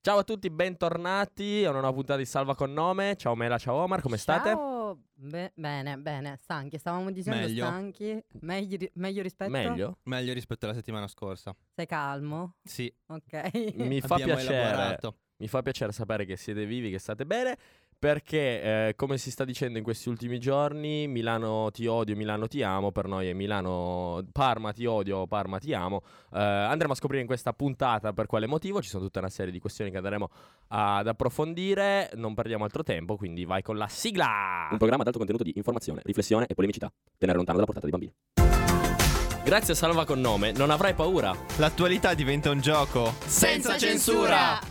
Ciao a tutti, bentornati a una nuova puntata di Salva con Nome. Ciao Mela, ciao Omar, come state? Ciao, bene, stanchi, stavamo dicendo Meglio. stanchi, meglio rispetto? Meglio? Rispetto alla settimana scorsa. Sei calmo? Sì, Ok. Mi fa abbiamo piacere. elaborato. Mi fa piacere sapere che siete vivi, che state bene, perché come si sta dicendo in questi ultimi giorni, Milano ti odio, Milano ti amo, per noi è Milano, Parma ti odio, Parma ti amo. Andremo a scoprire in questa puntata per quale motivo, ci sono tutta una serie di questioni che andremo ad approfondire, non perdiamo altro tempo, quindi vai con la sigla! Un programma ad alto contenuto di informazione, riflessione e polemicità. Tenere lontano dalla portata dei bambini. Grazie a Salva con Nome, non avrai paura. L'attualità diventa un gioco Senza censura!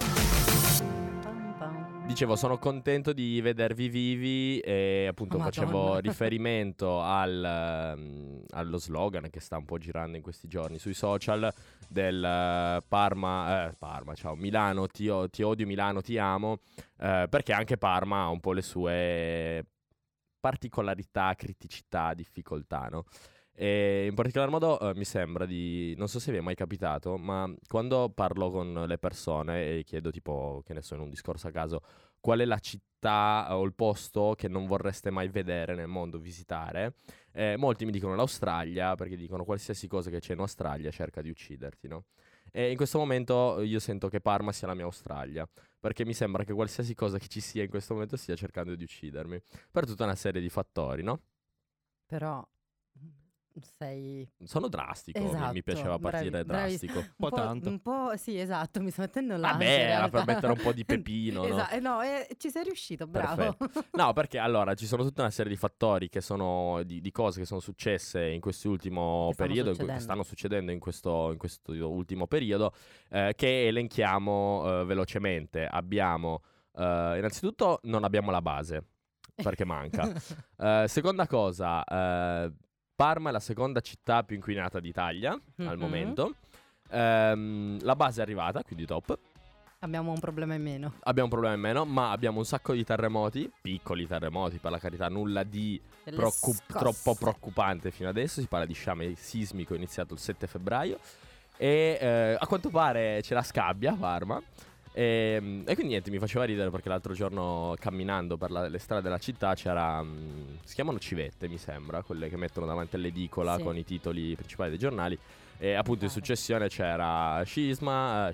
Dicevo, sono contento di vedervi vivi e appunto Madonna. facevo riferimento allo slogan che sta un po' girando in questi giorni sui social del Parma, ciao, Milano ti odio, Milano ti amo, perché anche Parma ha un po' le sue particolarità, criticità, difficoltà, no? E in particolar modo mi sembra non so se vi è mai capitato, ma quando parlo con le persone e chiedo tipo, che ne so, in un discorso a caso, qual è la città o il posto che non vorreste mai vedere nel mondo, visitare, molti mi dicono l'Australia, perché dicono qualsiasi cosa che c'è in Australia cerca di ucciderti, no? E in questo momento io sento che Parma sia la mia Australia, perché mi sembra che qualsiasi cosa che ci sia in questo momento stia cercando di uccidermi, per tutta una serie di fattori, no? Però sei... Sono drastico, Esatto, mi piaceva partire drastico. Un po' tanto. Un po', sì, esatto, mi sto mettendo l'ansia. Vabbè, in era realtà. per mettere un po' di pepino, no? No, ci sei riuscito, bravo. Perfetto. No, perché allora ci sono tutta una serie di fattori che sono di cose che sono successe in quest'ultimo Che stanno periodo, succedendo. che stanno succedendo in questo ultimo periodo, che elenchiamo velocemente. Abbiamo, innanzitutto, non abbiamo la base, perché manca. Seconda cosa, Parma è la seconda città più inquinata d'Italia al Mhm. momento. La base è arrivata, quindi top. Abbiamo un problema in meno. Abbiamo un problema in meno, ma abbiamo un sacco di terremoti, piccoli terremoti, per la carità, nulla di Delle scosse. troppo preoccupante fino adesso. Si parla di sciame sismico iniziato il 7 febbraio e a quanto pare c'è la scabbia a Parma. E quindi niente, mi faceva ridere perché l'altro giorno camminando per le strade della città c'era, si chiamano civette mi sembra, quelle che mettono davanti all'edicola Sì. con i titoli principali dei giornali. E appunto in successione c'era Sciasme,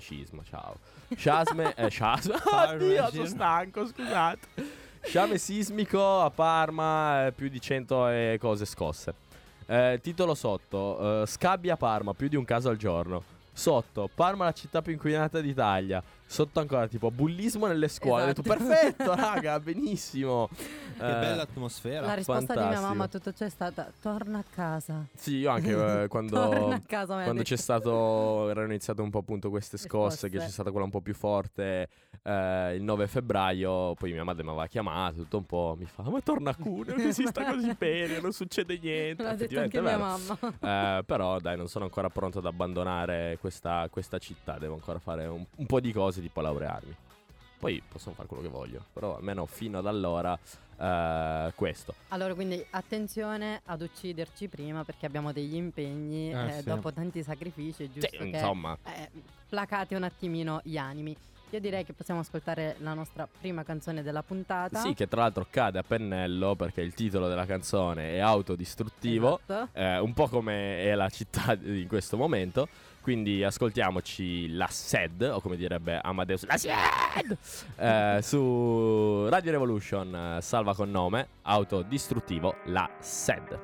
oddio sono stanco, scusate. Sciame sismico a Parma, più di 100 cose scosse. Titolo sotto, scabbia a Parma, più di un caso al giorno. Sotto, Parma la città più inquinata d'Italia. Sotto ancora tipo bullismo nelle scuole. Esatto. Ho detto perfetto raga, benissimo. Che bella atmosfera. La risposta di mia fantastico. mamma a tutto ciò è stata: torna a casa. Sì, io anche Torna quando a casa, mi ha quando detto. c'è stato, erano iniziate un po' appunto queste scosse, scosse. che c'è stata quella un po' più forte il 9 febbraio, poi mia madre mi aveva chiamato, tutto un po' mi fa, ma torna a Cuneo che si sta così bene, non succede niente. L'ha detto Effettivamente anche è mia vero. mamma. Però dai, non sono ancora pronto ad abbandonare questa città, devo ancora fare un po' di cose, tipo laurearmi. Poi posso fare quello che voglio, però almeno fino ad allora questo. Allora, quindi attenzione ad ucciderci prima, perché abbiamo degli impegni Sì. dopo tanti sacrifici, è giusto Sì, che insomma. placate un attimino gli animi. Io direi che possiamo ascoltare la nostra prima canzone della puntata. Sì, che tra l'altro cade a pennello perché il titolo della canzone è autodistruttivo. Esatto. Un po' come è la città in questo momento. Quindi ascoltiamoci la SED, o come direbbe Amadeus, la SED, su Radio Revolution, Salva con Nome, autodistruttivo, la SED.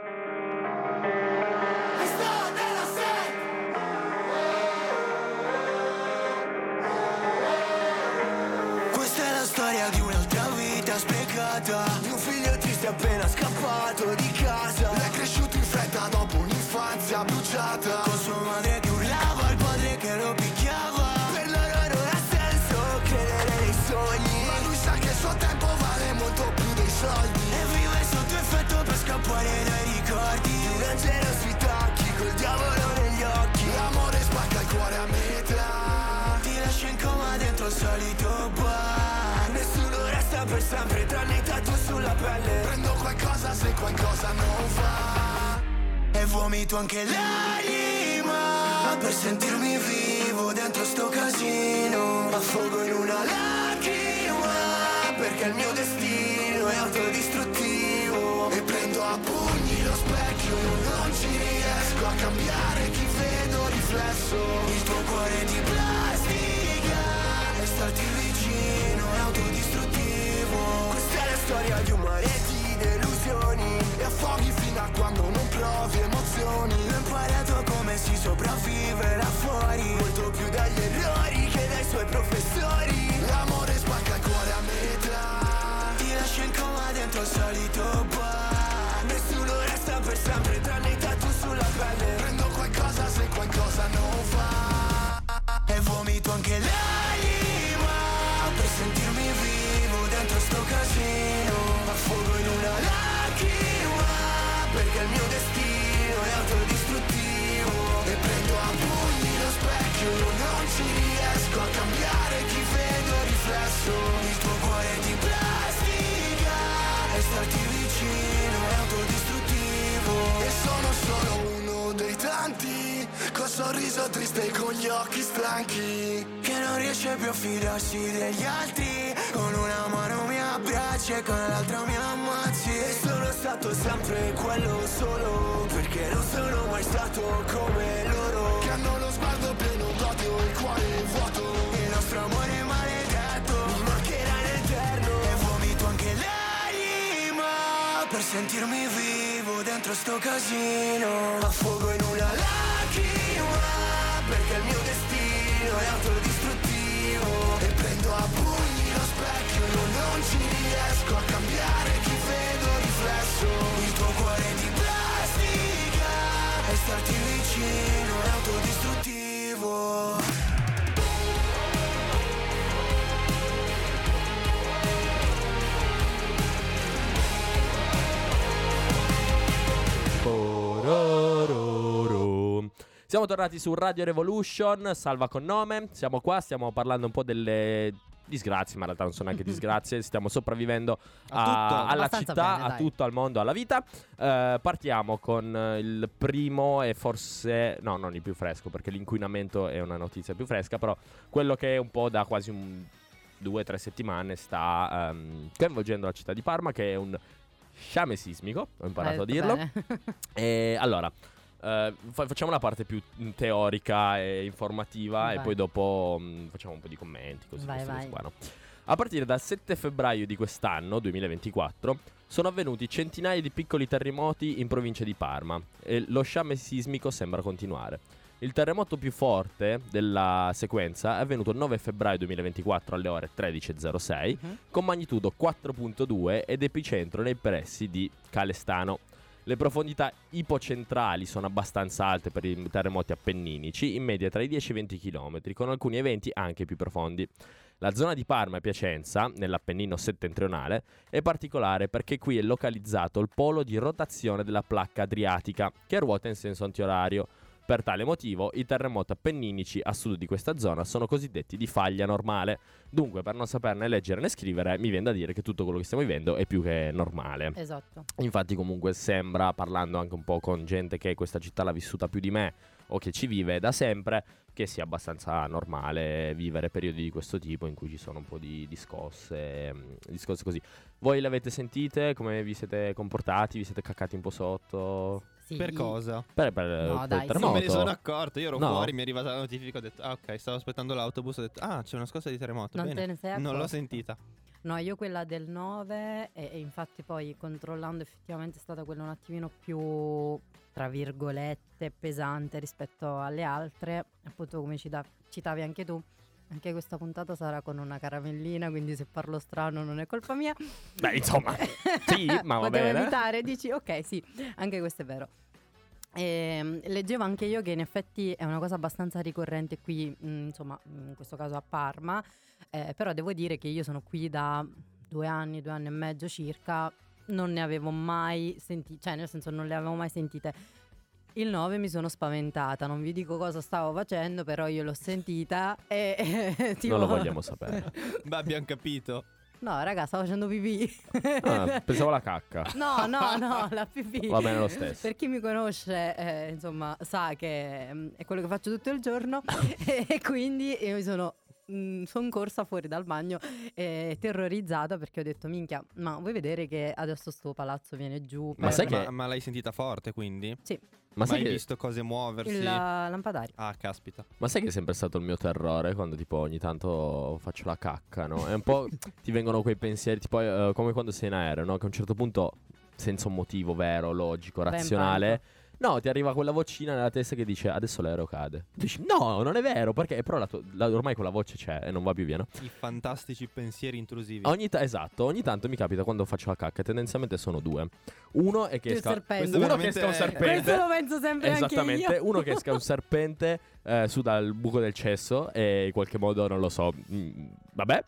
Questa è la storia di un'altra vita sprecata, di un figlio triste appena scappato di casa. È cresciuto in fretta dopo un'infanzia bruciata, con sua madre che urlava, il padre che lo picchiava. Per loro non ha senso credere nei sogni, ma lui sa che il suo tempo vale molto più dei soldi. E vive sotto effetto per scappare dai ricordi di una generosità, chi col diavolo negli occhi. L'amore spacca il cuore a metà, ti lascia in coma dentro il solito bar. Nessuno resta per sempre tranne i tattoo sulla pelle. Prendo qualcosa se qualcosa non va e vomito anche l'anima per sentirmi vivo dentro sto casino. Ma riflesso. Il tuo cuore di plastica e starti vicino è autodistruttivo. Questa è la storia di un mare di delusioni e affoghi fino a quando non provi emozioni. Ho imparato come si sopravvive là fuori, molto più dagli errori che dai suoi professori. L'amore spacca il cuore a metà, ti lascia in coma dentro il solito bar. Nessuno resta per sempre tranne i tattoo sulla pelle. Prendo qualcosa se qualcosa non va e vomito anche l'anima per sentirmi vivo dentro sto casino. Affogo in una lacrima perché il mio destino è autodistruttivo e prendo a pugni lo specchio. Non ci riesco a cambiare chi vedo riflesso. Il tuo cuore di plastica e starti vicino è autodistruttivo. E sono solo uno dei tanti col sorriso triste e con gli occhi stanchi, che non riesce più a fidarsi degli altri. Con una mano mi abbracci e con l'altra mi ammazzi. E sono stato sempre quello solo, perché non sono mai stato come loro, che hanno lo sguardo pieno d'odio e il cuore vuoto. Il nostro amore maledetto mi mancherà in eterno e vomito anche l'anima per sentirmi vivo dentro sto casino. Affogo in una lacrima perché il mio destino è autodistruttivo e prendo a pugni lo specchio. Non ci riesco a cambiare chi vedo riflesso. Il tuo cuore di plastica e starti vicino è autodistruttivo. Siamo tornati su Radio Revolution, salva con nome. Siamo qua, stiamo parlando un po' delle disgrazie, ma in realtà non sono neanche disgrazie. Stiamo sopravvivendo alla Abbastanza città, bene, a dai. tutto, al mondo, alla vita. Partiamo con il primo e forse, no, non il più fresco, perché l'inquinamento è una notizia più fresca, però quello che è un po' da quasi 2 o 3 settimane sta coinvolgendo la città di Parma, che è un sciame sismico, ho imparato a dirlo. E allora, facciamo la parte più teorica e informativa. Vai. E poi dopo facciamo un po' di commenti, così. Vai, queste cose vai. qua, no? A partire dal 7 febbraio di quest'anno, 2024, sono avvenuti centinaia di piccoli terremoti in provincia di Parma e lo sciame sismico sembra continuare. Il terremoto più forte della sequenza è avvenuto il 9 febbraio 2024 alle ore 13.06 con magnitudo 4.2 ed epicentro nei pressi di Calestano. Le profondità ipocentrali sono abbastanza alte per i terremoti appenninici, in media tra i 10 e i 20 km, con alcuni eventi anche più profondi. La zona di Parma e Piacenza, nell'Appennino settentrionale, è particolare perché qui è localizzato il polo di rotazione della placca adriatica, che ruota in senso antiorario. Per tale motivo, i terremoti appenninici a sud di questa zona sono cosiddetti di faglia normale. Dunque, per non saperne leggere né scrivere, mi viene da dire che tutto quello che stiamo vivendo è più che normale. Esatto. Infatti comunque sembra, parlando anche un po' con gente che questa città l'ha vissuta più di me o che ci vive da sempre, che sia abbastanza normale vivere periodi di questo tipo in cui ci sono un po' di scosse così. Voi le avete sentite? Come vi siete comportati? Vi siete caccati un po' sotto? Sì. Per cosa? Per No, il dai, sì. terremoto? Non me ne sono accorto, io ero No. fuori, mi è arrivata la notifica, ho detto ah ok, stavo aspettando l'autobus, ho detto ah c'è una scossa di terremoto, Non bene. te ne sei Non l'ho accorto? sentita. No, io quella del 9 e infatti poi controllando effettivamente è stata quella un attimino più, tra virgolette, pesante rispetto alle altre. Appunto come citavi anche tu, anche questa puntata sarà con una caramellina, quindi se parlo strano non è colpa mia. Beh, insomma, sì, ma va Potevo bene. evitare, dici ok sì, anche questo è vero. Leggevo anche io che in effetti è una cosa abbastanza ricorrente qui, insomma, in questo caso a Parma, però devo dire che io sono qui da 2 anni e mezzo circa, non ne avevo mai sentite, cioè nel senso non le avevo mai sentite. Il 9 mi sono spaventata, non vi dico cosa stavo facendo, però io l'ho sentita e tipo... Non lo vogliamo sapere. Beh, abbiamo capito. No, raga, stavo facendo pipì. Ah, pensavo alla cacca. No, la pipì. Va bene lo stesso. Per chi mi conosce, insomma, sa che è quello che faccio tutto il giorno e quindi io mi sono sono corsa fuori dal bagno terrorizzata, perché ho detto minchia, ma vuoi vedere che adesso sto palazzo viene giù? Ma sai che- ma l'hai sentita forte, quindi? Sì, Ma Ma sai hai che... visto cose muoversi? il lampadario. Ah, caspita. Ma sai che è sempre stato il mio terrore quando tipo ogni tanto faccio la cacca, no? È un po' ti vengono quei pensieri tipo come quando sei in aereo, no? Che a un certo punto, senza un motivo vero, logico, Vai in razionale, no, ti arriva quella vocina nella testa che dice adesso l'aereo cade. Tu dici no, non è vero, perché però ormai quella voce c'è e non va più via, no? I fantastici pensieri intrusivi. Esatto, ogni tanto mi capita quando faccio la cacca, tendenzialmente sono due. Uno è che Il esca serpente. uno che veramente esca un è- serpente. Questo lo penso sempre anche Esattamente, io. uno che esca un serpente su dal buco del cesso e in qualche modo, non lo so, vabbè.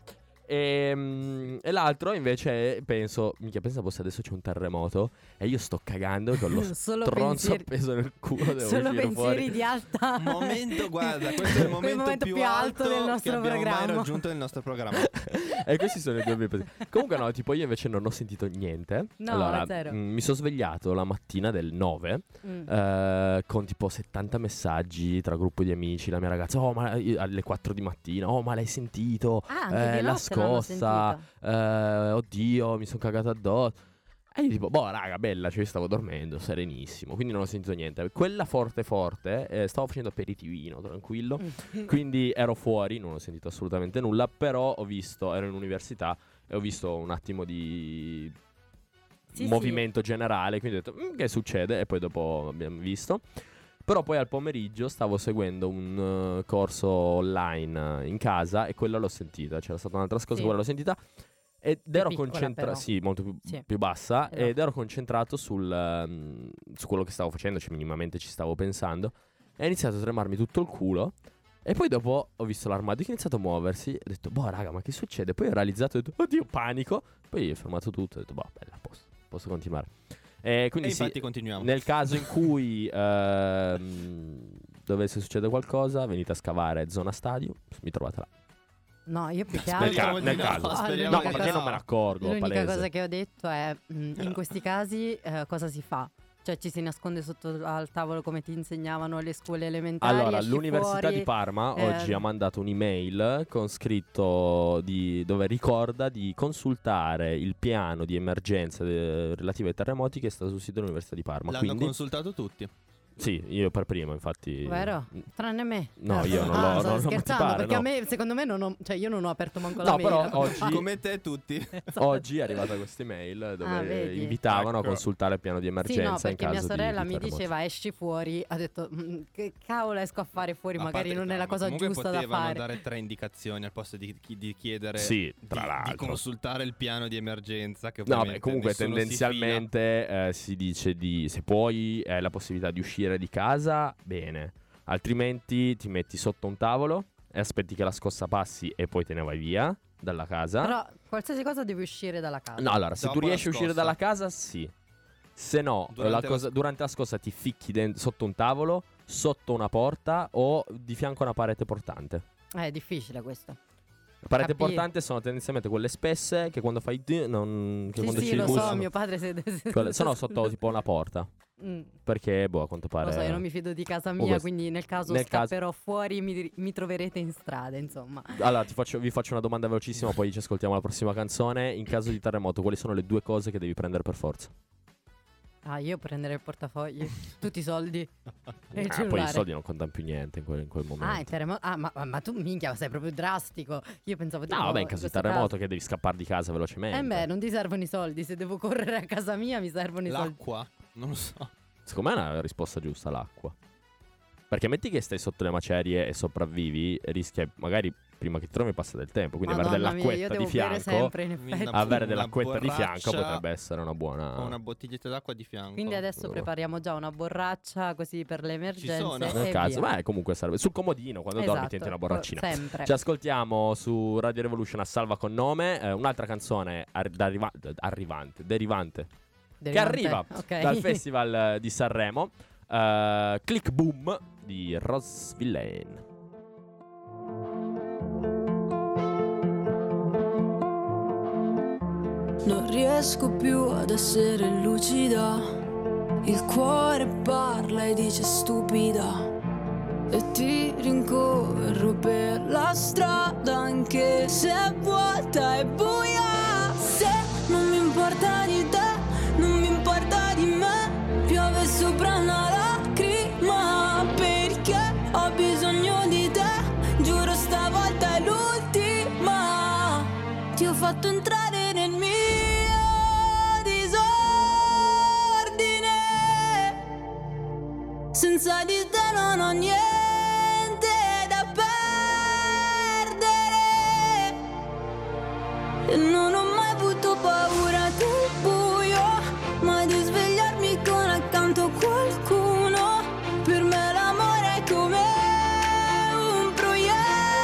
E l'altro invece penso, minchia, pensavo se adesso c'è un terremoto e io sto cagando con lo Solo stronzo pensieri- appeso nel culo, devo Solo uscire pensieri fuori. di alta. Momento, guarda, questo è il momento, più alto del nostro che abbiamo mai programma. raggiunto nel nostro programma. E questi sono i due miei pensieri. Comunque no, tipo io invece non ho sentito niente. No, allora, zero. mi sono svegliato la mattina del 9 con tipo 70 messaggi tra gruppo di amici, la mia ragazza, alle 4 di mattina, ma l'hai sentito? Ah, anche di la notte l'hanno scossa, sentita. oddio, mi sono cagato addosso. E io tipo, boh raga, bella, cioè io stavo dormendo, serenissimo, quindi non ho sentito niente. Quella forte, stavo facendo aperitivino, tranquillo, quindi ero fuori, non ho sentito assolutamente nulla, però ero in università e ho visto un attimo di Sì, movimento generale, quindi ho detto, che succede? E poi dopo abbiamo visto. Però poi al pomeriggio stavo seguendo un corso online in casa e quella l'ho sentita, c'era stata un'altra cosa, Sì. quella l'ho sentita. Ed ero piccola, concentrato, però. sì, molto Sì. più bassa, Esatto. ed ero concentrato su quello che stavo facendo, cioè minimamente ci stavo pensando. E è iniziato a tremarmi tutto il culo. E poi dopo ho visto l'armadio che è iniziato a muoversi. Ho detto, boh, raga, ma che succede? Poi ho realizzato, ho detto, oddio, panico. Poi ho fermato tutto, ho detto, boh, bella, posso continuare. E quindi E sì, infatti continuiamo. nel caso in cui dovesse succedere qualcosa, venite a scavare zona stadio, mi trovate là. No, io più che Speriamo altro. di nel no, caso. speriamo No, di perché no. non me ne accorgo, L'unica palese. cosa che ho detto è in questi casi cosa si fa? Cioè ci si nasconde sotto al tavolo come ti insegnavano alle scuole elementari? Allora, esci l'Università fuori, di Parma oggi eh, ha mandato un'email con scritto dove ricorda di consultare il piano di emergenza relativo ai terremoti che è stato sul sito dell'Università di Parma. L'hanno Quindi, consultato tutti. sì, io per primo, infatti. Vero? Tranne me. No, io non l'ho- sto non scherzando, partecipare, perché no. a me, secondo me, io non ho aperto manco la No, mail. però oggi, Come te tutti. oggi è arrivata questa email dove vedi? invitavano Ecco. a consultare il piano di Sì, no, emergenza in perché caso mia di sorella mi terremoti. diceva esci fuori, ha detto che cavolo esco a fare fuori, A magari parte- non è no, la ma cosa comunque giusta da potevano fare. dare 3 indicazioni al posto di chiedere Sì, tra di l'altro. consultare il piano di emergenza che No, ovviamente beh, comunque nessuno tendenzialmente si dice se puoi hai la possibilità di uscire di casa, bene. Altrimenti ti metti sotto un tavolo e aspetti che la scossa passi e poi te ne vai via dalla casa. Però qualsiasi cosa devi uscire dalla casa. No, allora, se Dopo tu la riesci a uscire scossa. dalla casa, sì. Se no, durante la scossa ti ficchi sotto un tavolo, sotto una porta o di fianco a una parete portante. È difficile questo. Le pareti Capì. portanti sono tendenzialmente quelle spesse che quando fai che Sì, quando sì, ci lo bussano. so, mio padre Sono sotto tipo una porta. Perché, boh, a quanto pare. Lo so, io non mi fido di casa mia, Comunque, quindi nel caso nel caso- scapperò fuori mi troverete in strada, insomma. Allora, vi faccio una domanda velocissima, poi ci ascoltiamo la prossima canzone. In caso di terremoto, quali sono le 2 cose che devi prendere per forza? Ah, io prenderei il portafogli, tutti i soldi e il Poi cellulare. i soldi non contano più niente in quel momento. Ah, il terremoto. Ah, ma tu minchia, sei proprio drastico. Io pensavo tipo, No, vabbè, in caso di questo terremoto che devi scappare di casa velocemente. beh, non ti servono i soldi. Se devo correre a casa mia, mi servono i soldi. L'acqua? Non lo so. Secondo me è una risposta giusta, l'acqua. Perché metti che stai sotto le macerie e sopravvivi, rischia magari prima che ti trovi passa del tempo. Quindi avere Madonna mia, io dell'acquetta devo di bere fianco. sempre, in effetti. Una- Avere una dell'acquetta di fianco borraccia potrebbe essere una buona. o una bottiglietta d'acqua di fianco. Quindi adesso prepariamo già una borraccia così per le emergenze. sono. Nel e caso, via. beh, comunque serve. Sul comodino, quando dormi, Esatto, tienti una borraccina. sempre. Ci ascoltiamo su Radio Revolution a Salva con nome. Un'altra canzone derivante che arriva Ok. dal Festival di Sanremo. Click Boom di Ross Villain. Non riesco più ad essere lucida. Il cuore parla e dice stupida. E ti rincorro per la strada anche se è vuota e buia. Se non mi importa di te, non mi importa di me, piove sopra una lacrima, perché ho bisogno di te, giuro stavolta è l'ultima. Ti ho fatto entrare nel mio disordine, senza di te non ho niente da perdere, e non ho mai avuto paura del buio, mai di svegliarmi con accanto qualcuno. Per me l'amore è come un proiettile.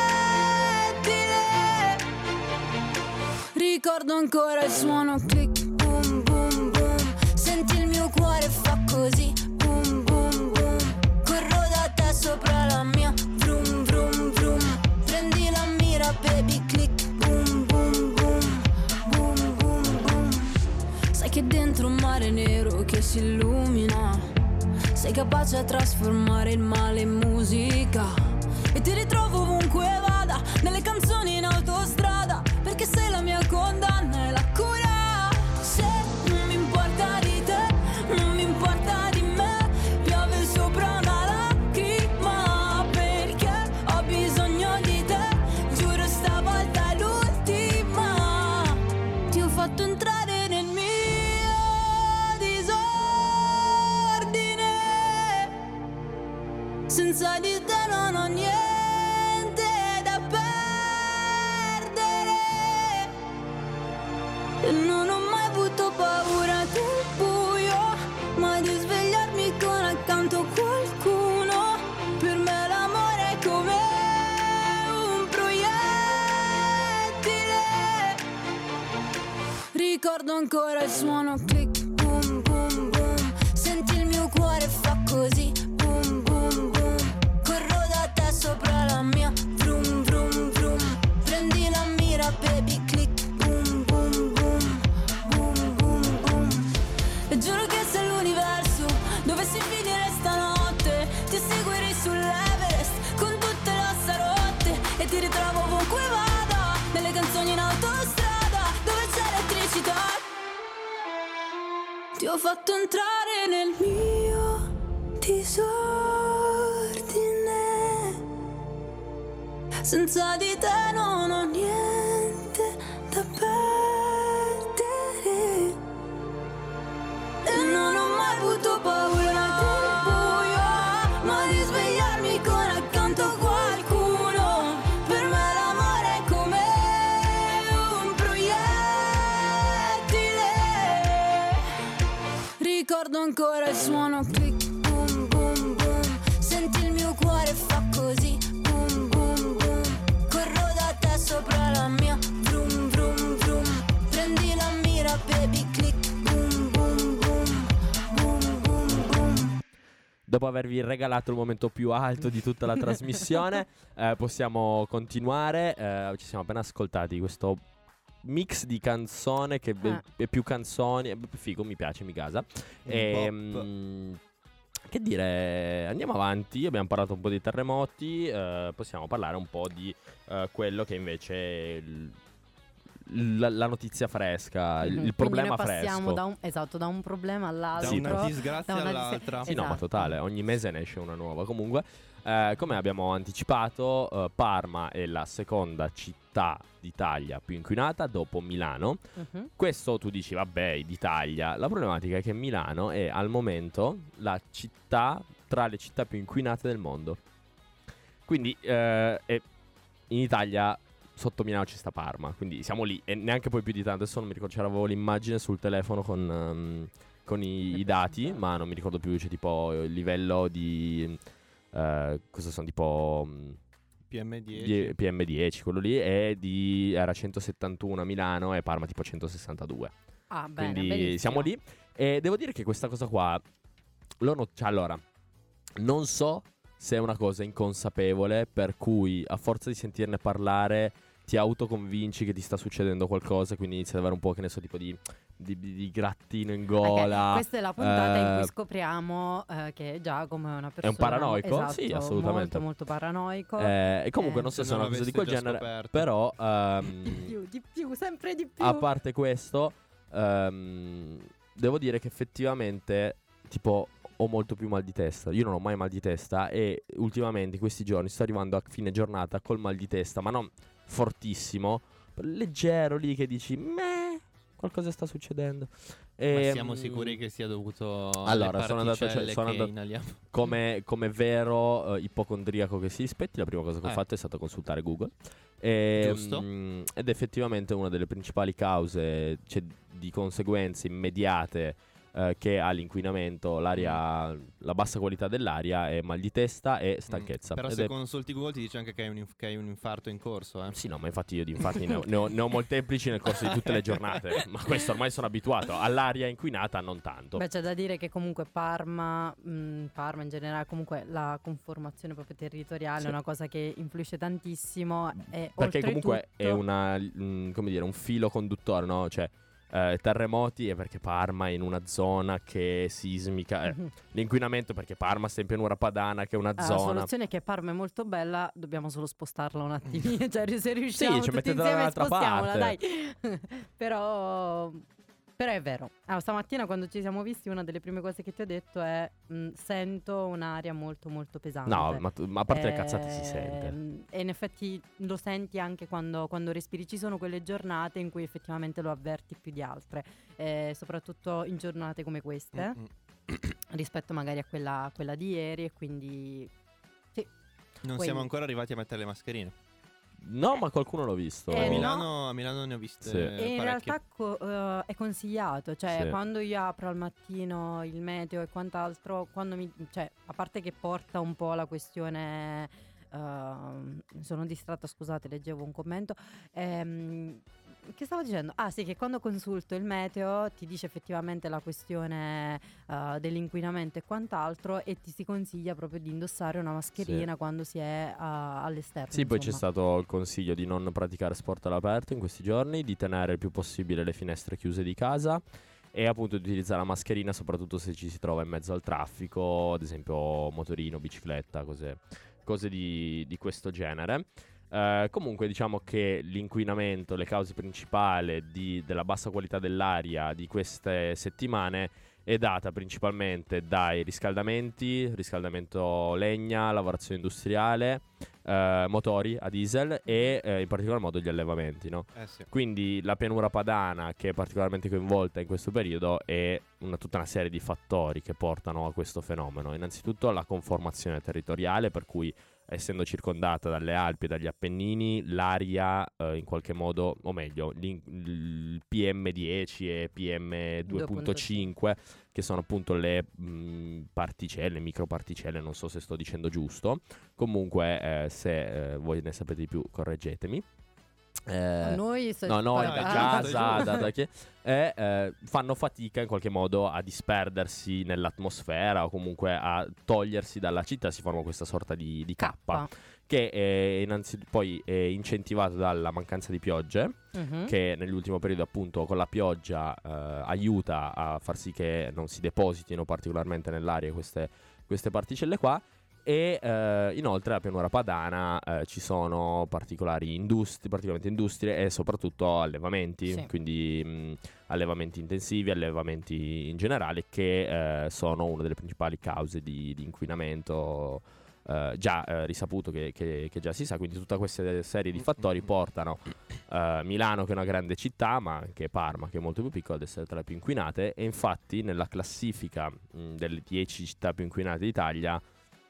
Ricordo ancora il suono click, boom boom boom. Senti il mio cuore fa così, boom boom boom. Corro da te sopra la mia, vroom vroom vroom. Prendi la mira baby click, boom boom boom. Boom boom boom. Sai che dentro un mare nero che si illumina, sei capace a trasformare il male in musica, e ti ritrovo ovunque vada, nelle canzoni in autostrada, perché sei la mia condanna e la cura. Se non mi importa di te, non mi importa di me, piove sopra una lacrima, perché ho bisogno di te, giuro stavolta è l'ultima. Ti ho fatto entrare nel mio disordine, senza di te non ho niente da perdere, e non ho mai avuto paura del buio, mai di svegliarmi con accanto qualcuno. Per me l'amore è come un proiettile. Ricordo ancora il suono click, boom boom boom. Senti il mio cuore fa così, boom boom boom. Corro da te sopra la mia, vroom vroom vroom. Prendi la mira baby click, boom boom boom. Boom boom boom. E giuro che se l'universo dovessi finire stanotte, ti seguirei sull'Everest con tutte le ossa rotte, e ti ritrovo ovunque vada, nelle canzoni in autostrada, dove c'è elettricità. Ti ho fatto entrare nel mio disordine, senza di te non ho niente da perdere, e non ho mai avuto paura del buio, ma di svegliarmi con accanto qualcuno. Per me l'amore è come un proiettile. Ricordo ancora il suono click, boom boom boom. Senti il mio cuore fa così, boom boom boom. Corro da te sopra la mia, vroom vroom vroom. Prendi la mira baby click, boom boom boom. Boom boom boom. Dopo avervi regalato il momento più alto di tutta la trasmissione, possiamo continuare. Ci siamo appena ascoltati questo mix di canzone che è più canzoni. È figo, mi piace, mi gasa. Che dire, andiamo avanti. Abbiamo parlato un po' di terremoti. Possiamo parlare un po' di quello che invece è la notizia fresca, il problema Quindi noi fresco. passiamo da un problema all'altro, Da una disgrazia all'altra. Sì, no, ma Esatto. totale, ogni mese ne esce una nuova. Comunque, come abbiamo anticipato, Parma è la seconda città d'Italia più inquinata dopo Milano. Mhm. Questo tu dici, vabbè, d'Italia. La problematica è che Milano è al momento la città tra le città più inquinate del mondo. Quindi in Italia sotto Milano ci sta Parma, quindi siamo lì, e neanche poi più di tanto. Adesso non mi ricordo, c'avevo l'immagine sul telefono con i dati, ma non mi ricordo più, c'è tipo il livello di cosa sono, tipo PM10. PM10, quello lì era 171 a Milano e Parma tipo 162. Ah, bene, Quindi benissimo. siamo lì, e devo dire che questa cosa qua allora, non so se è una cosa inconsapevole, per cui a forza di sentirne parlare ti autoconvinci che ti sta succedendo qualcosa, quindi inizi ad avere un po', che ne so, tipo di grattino in gola. Questa è la puntata in cui scopriamo che Giacomo è una persona... È un paranoico? Esatto, Sì, assolutamente. molto molto paranoico. E comunque non so se è non una cosa di l'aveste quel già genere, scoperto. però Di più, sempre di più. a parte questo, devo dire che effettivamente, tipo, ho molto più mal di testa. Io non ho mai mal di testa e ultimamente in questi giorni sto arrivando a fine giornata col mal di testa, ma non fortissimo, leggero lì che dici, qualcosa sta succedendo. Ma siamo sicuri che sia dovuto allora, alle particelle che inaliamo? Come vero ipocondriaco che si rispetti, la prima cosa che ho fatto è stata consultare Google. Giusto. Ed effettivamente una delle principali cause, cioè, di conseguenze immediate che ha l'inquinamento, l'aria, la bassa qualità dell'aria, è mal di testa e stanchezza. Però Ed se è- consulti Google ti dice anche che hai un infarto in corso. Sì, no, ma infatti io di infarti ne ho molteplici nel corso di tutte le giornate. Ma questo ormai sono abituato. All'aria inquinata non tanto. Beh, c'è da dire che comunque Parma in generale, comunque la conformazione proprio territoriale Sì. è una cosa che influisce tantissimo. E Perché comunque è oltretutto- come dire, un filo conduttore, no? Cioè, terremoti è perché Parma è in una zona che è sismica. L'inquinamento perché Parma sta in pianura padana, che è una La zona. soluzione è che Parma è molto bella, dobbiamo solo spostarla un attimino, cioè se riusciamo ci tutti mettetela insieme dall'altra spostiamola, dai. parte. Però è vero. Stamattina quando ci siamo visti una delle prime cose che ti ho detto è sento un'aria molto molto pesante. No, ma a parte le cazzate si sente. E in effetti lo senti anche quando respiri. Ci sono quelle giornate in cui effettivamente lo avverti più di altre, soprattutto in giornate come queste, rispetto magari a quella di ieri, e quindi sì. Non Poi- siamo ancora arrivati a mettere le mascherine. No, ma qualcuno l'ho visto. no. A Milano ne ho viste Sì. E in parecchie. realtà è consigliato, cioè Sì. quando io apro al mattino il meteo e quant'altro, cioè, a parte che porta un po' la questione, sono distratta, scusate, leggevo un commento. Che stavo dicendo? Ah sì, che quando consulto il meteo ti dice effettivamente la questione dell'inquinamento e quant'altro, e ti si consiglia proprio di indossare una mascherina quando si è all'esterno. Sì, poi c'è insomma. stato il consiglio di non praticare sport all'aperto in questi giorni, di tenere il più possibile le finestre chiuse di casa e appunto di utilizzare la mascherina soprattutto se ci si trova in mezzo al traffico, ad esempio motorino, bicicletta, cose di questo genere. Comunque diciamo che l'inquinamento, le cause principali della bassa qualità dell'aria di queste settimane è data principalmente dai riscaldamento legna, lavorazione industriale, motori a diesel e in particolar modo gli allevamenti, no? Sì. Quindi la pianura padana, che è particolarmente coinvolta in questo periodo, è tutta una serie di fattori che portano a questo fenomeno. Innanzitutto la conformazione territoriale, per cui essendo circondata dalle Alpi e dagli Appennini, l'aria in qualche modo, o meglio, il PM10 e PM2.5, che sono appunto le particelle, microparticelle, non so se sto dicendo giusto. Comunque, se voi ne sapete di più, correggetemi. Noi in giusto, casa giusto. fanno fatica in qualche modo a disperdersi nell'atmosfera o comunque a togliersi dalla città. Si forma questa sorta di cappa che poi è incentivato dalla mancanza di piogge, che nell'ultimo periodo appunto con la pioggia aiuta a far sì che non si depositino particolarmente nell'aria queste particelle qua. E inoltre la pianura padana ci sono particolarmente industrie e soprattutto allevamenti, Sì. quindi allevamenti intensivi, allevamenti in generale, che sono una delle principali cause di inquinamento già risaputo, che già si sa. Quindi tutta questa serie di fattori portano Milano, che è una grande città, ma anche Parma, che è molto più piccola, ad essere tra le più inquinate. E infatti nella classifica delle 10 città più inquinate d'Italia,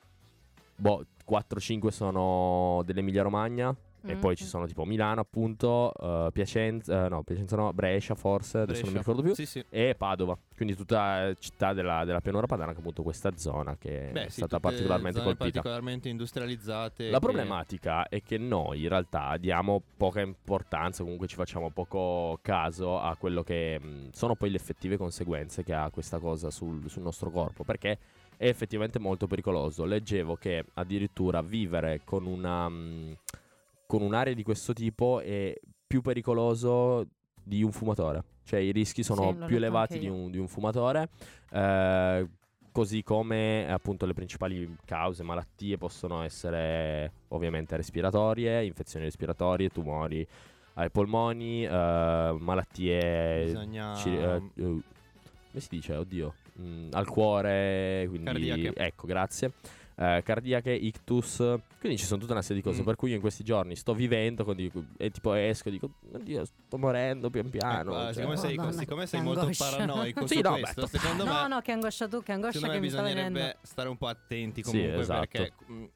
4-5 sono dell'Emilia Romagna, e poi ci sono tipo Milano appunto, Piacenza no, Brescia forse, adesso non mi ricordo più, Sì. e Padova, quindi tutta città della pianura padana, che appunto questa zona che è stata particolarmente zone colpita. particolarmente industrializzate. La problematica è che noi in realtà diamo poca importanza, comunque ci facciamo poco caso a quello che sono poi le effettive conseguenze che ha questa cosa sul nostro corpo, perché è effettivamente molto pericoloso. Leggevo che addirittura vivere con con un'area di questo tipo è più pericoloso di un fumatore. Cioè i rischi sono Sì, l'ho più letto elevati anche di io. un fumatore. Così come appunto le principali cause, malattie possono essere ovviamente respiratorie, infezioni respiratorie, tumori ai polmoni, malattie Bisogna come si dice? Oddio. Al cuore, quindi Cardiache. ecco, grazie. Cardiache, ictus. Quindi ci sono tutta una serie di cose. Per cui io in questi giorni sto vivendo e tipo esco e dico oddio, sto morendo pian piano. Ecco, cioè. siccome che sei molto angoscia. paranoico Sì, su no, questo, beh, secondo me No, che angoscia tu, che angoscia secondo me che mi sta venendo. bisognerebbe stare un po' attenti Sì, comunque, esatto. perché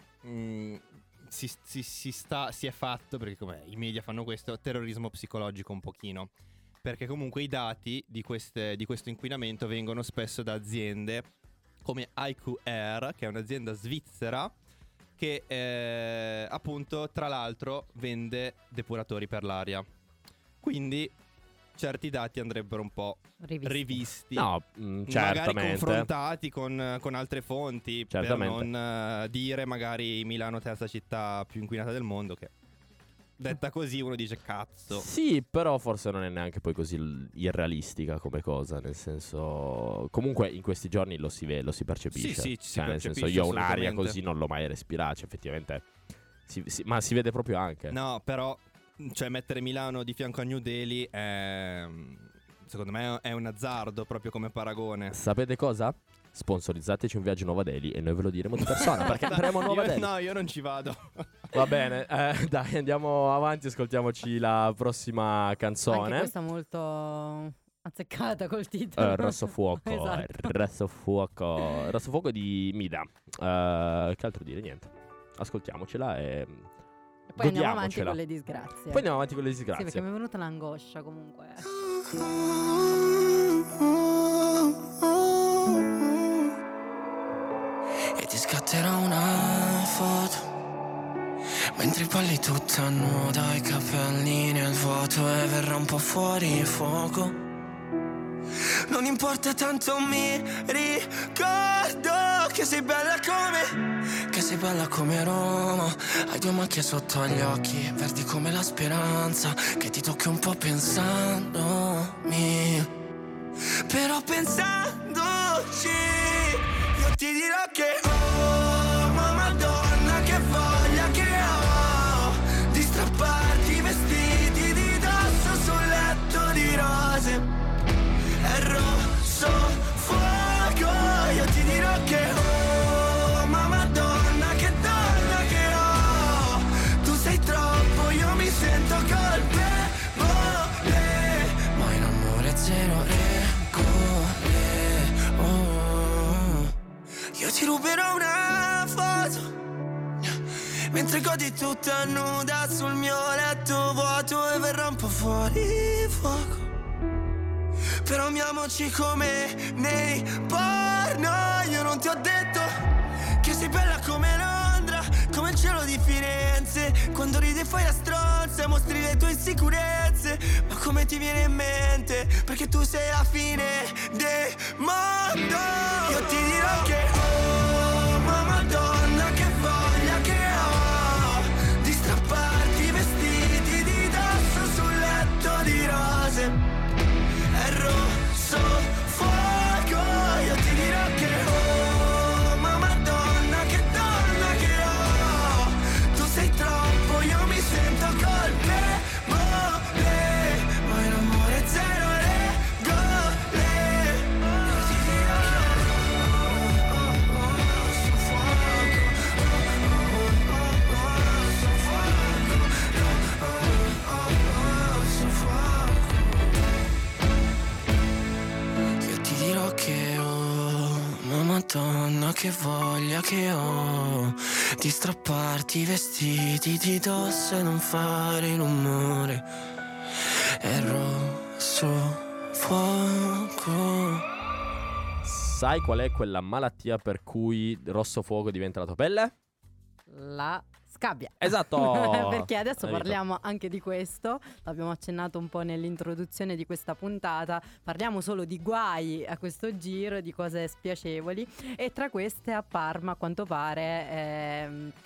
si è fatto, perché come i media fanno questo, terrorismo psicologico un pochino. Perché comunque i dati di questo inquinamento vengono spesso da aziende come IQR, che è un'azienda svizzera che appunto tra l'altro vende depuratori per l'aria. Quindi certi dati andrebbero un po' rivisti, No, magari certamente. confrontati con altre fonti, Certamente. per non dire magari Milano terza città più inquinata del mondo, che detta così uno dice cazzo. Sì, però forse non è neanche poi così irrealistica come cosa, nel senso comunque in questi giorni lo si percepisce. Sì, ci si Cioè, nel senso percepisce io ho un'aria assolutamente. così non l'ho mai respirata, cioè, effettivamente ma si vede proprio anche. No, però cioè mettere Milano di fianco a New Delhi è, secondo me è un azzardo proprio come paragone. Sapete cosa? Sponsorizzateci un viaggio a Nuova Delhi e noi ve lo diremo di persona perché andremo a Nuova Delhi. No, io non ci vado. Va bene, dai, andiamo avanti, ascoltiamoci la prossima Anche canzone. questa molto azzeccata col titolo. Rosso Fuoco, Esatto. Rosso Fuoco di Mida. Che altro dire? Niente. Ascoltiamocela e E poi andiamo avanti godiamocela. con le disgrazie. Poi andiamo avanti con le Sì, perché disgrazie. mi è venuta l'angoscia comunque. E ti scatterò una foto mentre balli tutta nuda, i capelli nel vuoto e verrà un po' fuori fuoco. Non importa tanto, mi ricordo che sei bella come Roma. Hai due macchie sotto gli occhi, verdi come la speranza, che ti tocchi un po' pensandomi. Però pensandoci io ti dirò che oh, ma madonna che voglia che ho di strapparti i vestiti di dosso sul letto di rose. È rosso fuoco, io ti dirò che oh, ma madonna che donna che ho. Tu sei troppo, io mi sento colpevole, ma in amore zero regole. Oh, io ti ruberò una foto mentre godi tutta nuda sul mio letto vuoto e verrà un po' fuori fuoco. Però amiamoci come nei porno. Io non ti ho detto che sei bella come Londra, come il cielo di Firenze. Quando ridi e fai la stronza mostri le tue insicurezze. Ma come ti viene in mente? Perché tu sei la fine del mondo. Io ti dirò che oh, ma madonna che voglia che ho di strapparti i vestiti di dosso sul letto di rose. È rosso fuoco, io ti dirò che oh, ma madonna che donna che ho. Tu sei troppo, io mi sento colpevole, ma in amore zero regole. Io ti dirò che rosso fuoco, rosso fuoco. Io ti dirò che oh, ma madonna che voglia che ho di strapparti i vestiti di dosso e non fare rumore. È rosso fuoco. Sai qual è quella malattia per cui rosso fuoco diventa la tua pelle? La scabbia. Esatto. Perché adesso Hai visto? parliamo anche di questo. L'abbiamo accennato un po' nell'introduzione di questa puntata. Parliamo solo di guai a questo giro, di cose spiacevoli. E tra queste a Parma, a quanto pare,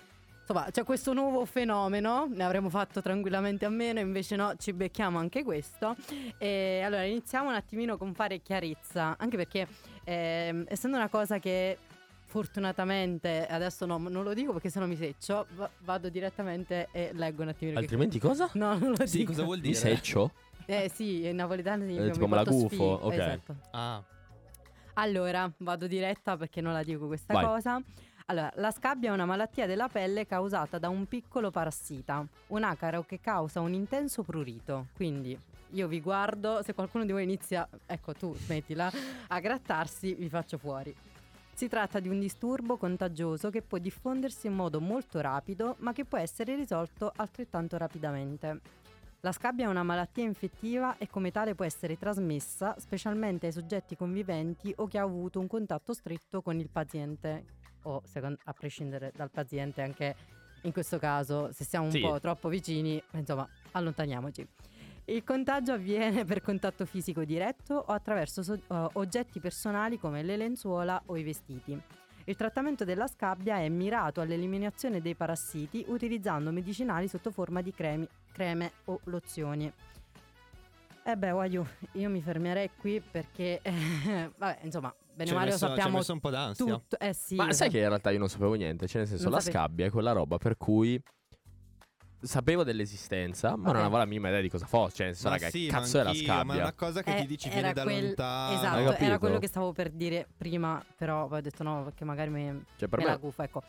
insomma, c'è questo nuovo fenomeno, ne avremmo fatto tranquillamente a meno, invece no, ci becchiamo anche questo. E allora iniziamo un attimino con fare chiarezza, anche perché essendo una cosa che fortunatamente adesso non lo dico perché sennò mi seccio, vado direttamente e leggo un attimino. Altrimenti cosa? No, non lo Sì, dico. cosa vuol Mi dire? seccio? Sì, in napoletano significa tipo mi me la porto gufo, sfiga. ok. Esatto. Ah, Allora, vado diretta perché non la dico questa Vai. cosa. Allora, la scabbia è una malattia della pelle causata da un piccolo parassita, un acaro che causa un intenso prurito. Quindi io vi guardo, se qualcuno di voi inizia, ecco tu smettila, a grattarsi, vi faccio fuori. Si tratta di un disturbo contagioso che può diffondersi in modo molto rapido, ma che può essere risolto altrettanto rapidamente. La scabbia è una malattia infettiva e come tale può essere trasmessa specialmente ai soggetti conviventi o che ha avuto un contatto stretto con il paziente o a prescindere dal paziente anche in questo caso se siamo un po' troppo vicini, insomma, allontaniamoci. Il contagio avviene per contatto fisico diretto o attraverso oggetti personali come le lenzuola o i vestiti. Il trattamento della scabbia è mirato all'eliminazione dei parassiti utilizzando medicinali sotto forma di creme o lozioni. Io mi fermerei qui perché vabbè, insomma, bene o male lo sappiamo. Ci ha messo un po' d'ansia. Tutto, sì, Ma sai che in realtà io non sapevo niente, cioè nel senso Non la sapevi. scabbia è quella roba per cui sapevo dell'esistenza, ma non Ok. avevo la minima idea di cosa fosse, cioè nel senso Ma raga, sì, che cazzo è la anch'io, ma è scabbia? una cosa che ti dici era viene da lontano. Hai Esatto, capito? era quello che stavo per dire prima, però poi ho detto no, perché magari Cioè per me la me gufo, ecco.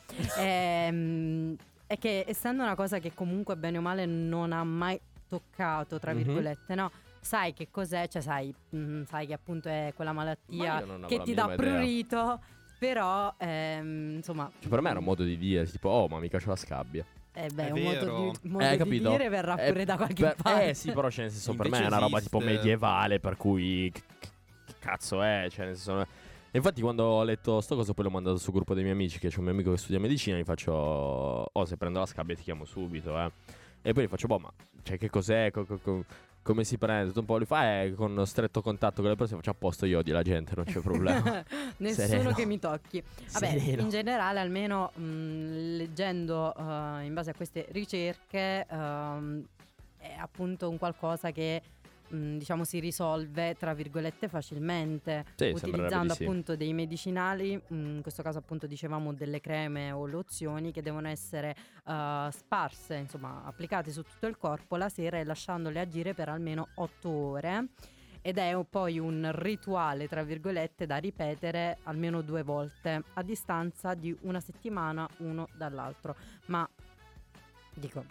È che essendo una cosa che comunque bene o male non ha mai toccato, tra Mhm. virgolette, no? Sai che cos'è, cioè sai che appunto è quella Ma malattia io non avevo che la ti dà minima idea. prurito, però insomma... Cioè, per me era un modo di dire, tipo, oh, ma mica c'ho la scabbia. È È un vero. modo di capito? dire verrà pure da qualche parte. sì, però cioè, nel senso, per me Invece è una roba tipo esiste. medievale, per cui che cazzo è? Cioè, nel senso, e infatti quando ho letto sto coso poi l'ho mandato sul gruppo dei miei amici, che c'è un mio amico che studia medicina, gli faccio, oh, se prendo la scabbia ti chiamo subito, E poi gli faccio, boh, ma cioè che cos'è? Come si prende? Tutto un po' lui fa, con stretto contatto con le persone, faccio a posto, io odio la gente, non c'è problema. Nessuno Sereno. che mi tocchi. Vabbè, Sereno. in generale, almeno leggendo in base a queste ricerche, è appunto un qualcosa che diciamo si risolve tra virgolette facilmente, Sì, sembrerebbe utilizzando di sì. appunto dei medicinali, in questo caso appunto dicevamo delle creme o lozioni che devono essere sparse, insomma applicate su tutto il corpo la sera e lasciandole agire per almeno 8 ore. Ed è poi un rituale, tra virgolette, da ripetere almeno 2 volte a distanza di una settimana uno dall'altro. Ma dico,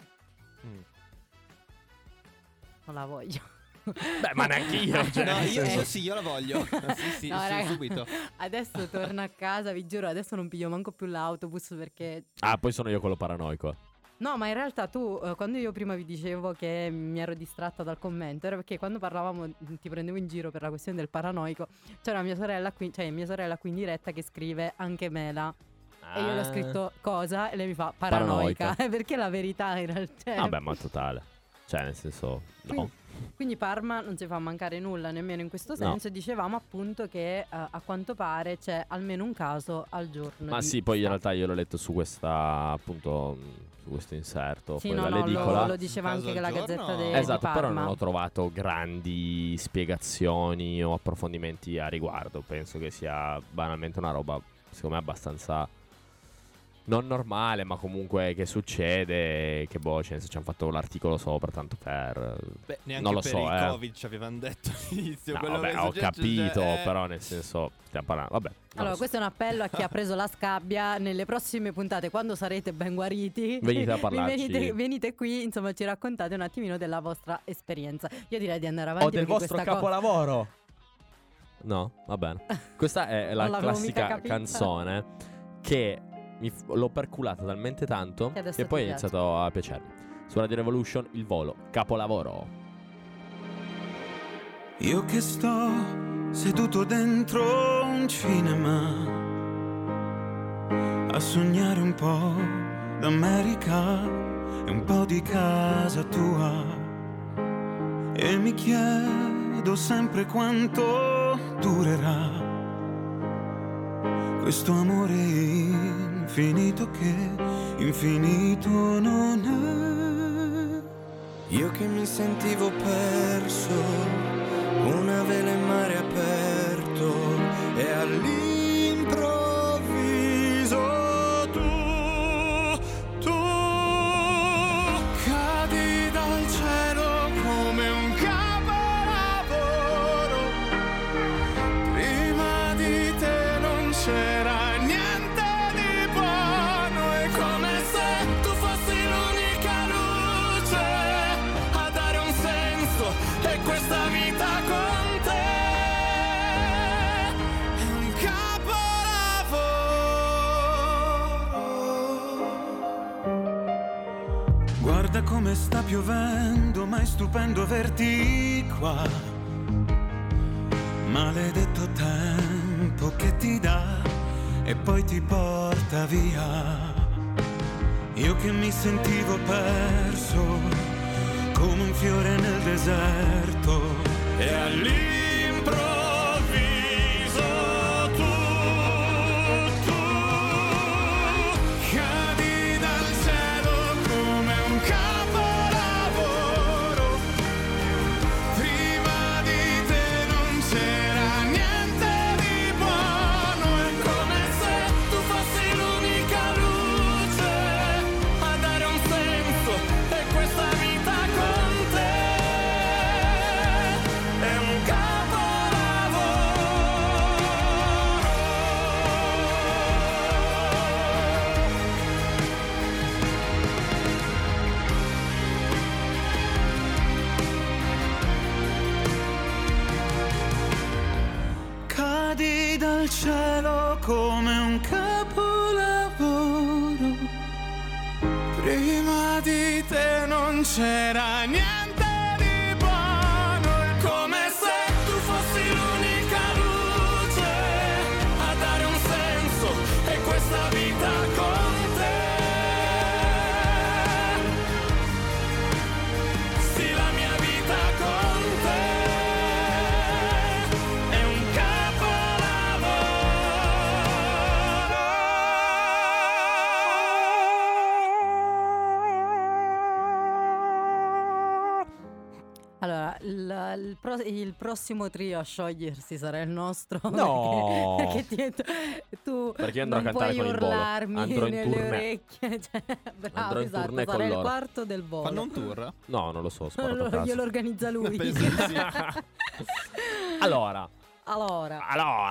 non la voglio. Beh, ma neanche io. Cioè, No, nel io senso- sì, io la voglio. Sì, No, raga, subito. Adesso torno a casa, vi giuro, adesso non piglio manco più l'autobus perché... Ah, poi sono io quello paranoico. No, ma in realtà tu, quando io prima vi dicevo che mi ero distratta dal commento, era perché quando parlavamo, ti prendevo in giro per la questione del paranoico, c'era mia sorella qui in diretta che scrive anche Mela. E io le ho scritto cosa e lei mi fa paranoica. Perché la verità in realtà... Vabbè, ma totale. Cioè, nel senso, no. Quindi Parma non ci fa mancare nulla nemmeno in questo senso. E dicevamo appunto che a quanto pare c'è almeno un caso al giorno. Ma di sì, poi in scabbia. realtà io l'ho letto su questa, appunto, su questo inserto. Sì, poi no, dall'edicola. lo diceva Un caso anche al la giorno? Gazzetta di Esatto, Parma. però non ho trovato grandi spiegazioni o approfondimenti a riguardo. Penso che sia banalmente una roba, secondo me, abbastanza non normale, ma comunque che succede. Che boh, cioè, ci hanno fatto l'articolo sopra, tanto per... Beh, neanche non lo per so, il Covid ci avevano detto all'inizio. No, quello vabbè, che ho succede, capito, cioè, però nel senso, stiamo parlando, vabbè. non Allora, lo so. questo è un appello a chi ha preso la scabbia. Nelle prossime puntate, quando sarete ben guariti, Venite a parlarci. venite qui, insomma, ci raccontate un attimino della vostra esperienza. Io direi di andare avanti. O del perché vostro questa capolavoro. No, va bene. Questa è la Non l'avevo mica classica capita. canzone che l'ho perculata talmente tanto Che adesso che ti poi è piace. iniziato a piacermi. Su Radio Revolution, Il Volo, capolavoro. Io che sto seduto dentro un cinema a sognare un po' d'America e un po' di casa tua e mi chiedo sempre quanto durerà questo amore infinito che infinito non è. Io che mi sentivo perso, una vela in mare aperto, e all'improvviso tu cadi dal cielo come un capolavoro. Prima di te non c'era niente di buono, è come se tu fossi l'unica luce a dare un senso e questa vita con te è un capolavoro. Guarda come sta piovendo, ma è stupendo averti qua. Maledetto tempo che ti dà e poi ti porta via. Io che mi sentivo perso come un fiore nel deserto, E all'improvviso tu cadi dal cielo come un capolavoro. Prima di te non c'era niente di buono, è come se tu fossi l'unica luce a dare un senso e questa vita con te è un cadi dal cielo come un capolavoro. Prima di te non c'era niente di buono, è come se tu fossi l'unica luce a dare un senso e questa vita con te. Sì, la mia vita con te è un capolavoro. Allora, il prossimo trio a sciogliersi sarà il nostro. No. Perché tu Perché io andrò a non cantare puoi con il Volo. urlarmi Andrò in nelle tournée. orecchie. Cioè, bravo, Andrò in esatto, tournée con sarà il loro. quarto del Volo. Fanno un tour? No, non lo so, sparato a caso. Glielo organizza lui. Penso di sì. Allora, Allora.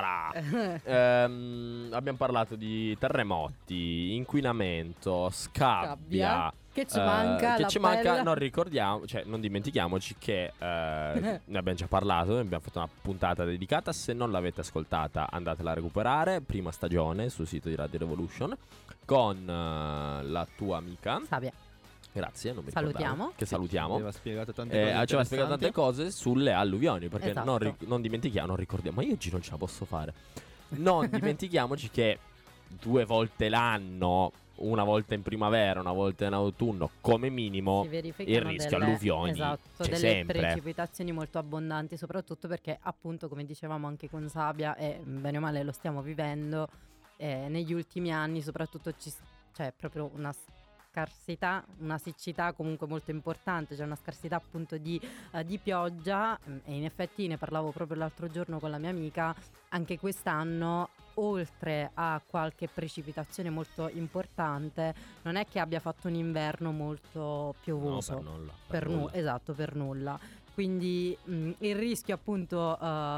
abbiamo parlato di terremoti, inquinamento, scabbia. Che ci manca? Che la ci manca, bella- non ricordiamo, cioè non dimentichiamoci che ne abbiamo già parlato, ne abbiamo fatto una puntata dedicata. Se non l'avete ascoltata, andatela a recuperare. Prima stagione sul sito di Radio Revolution con la tua amica. Sabia. Grazie, non mi Salutiamo. ricordavo. Che salutiamo. Aveva spiegato tante cose. Ci aveva spiegato tante interessanti. cose sulle alluvioni. Perché Esatto. non dimentichiamo, non ricordiamo. Ma io oggi non ce la posso fare. Non dimentichiamoci che 2 volte l'anno, una volta in primavera, una volta in autunno, come minimo, Si verificano il rischio delle- alluvioni esatto, c'è delle sempre. precipitazioni molto abbondanti, soprattutto perché appunto, come dicevamo anche con Sabia, e bene o male lo stiamo vivendo negli ultimi anni, soprattutto c'è proprio una scarsità, una siccità comunque molto importante, c'è una scarsità appunto di pioggia, e in effetti ne parlavo proprio l'altro giorno con la mia amica. Anche quest'anno, oltre a qualche precipitazione molto importante, non è che abbia fatto un inverno molto No, piovoso. per nulla. Esatto, per nulla. Quindi il rischio appunto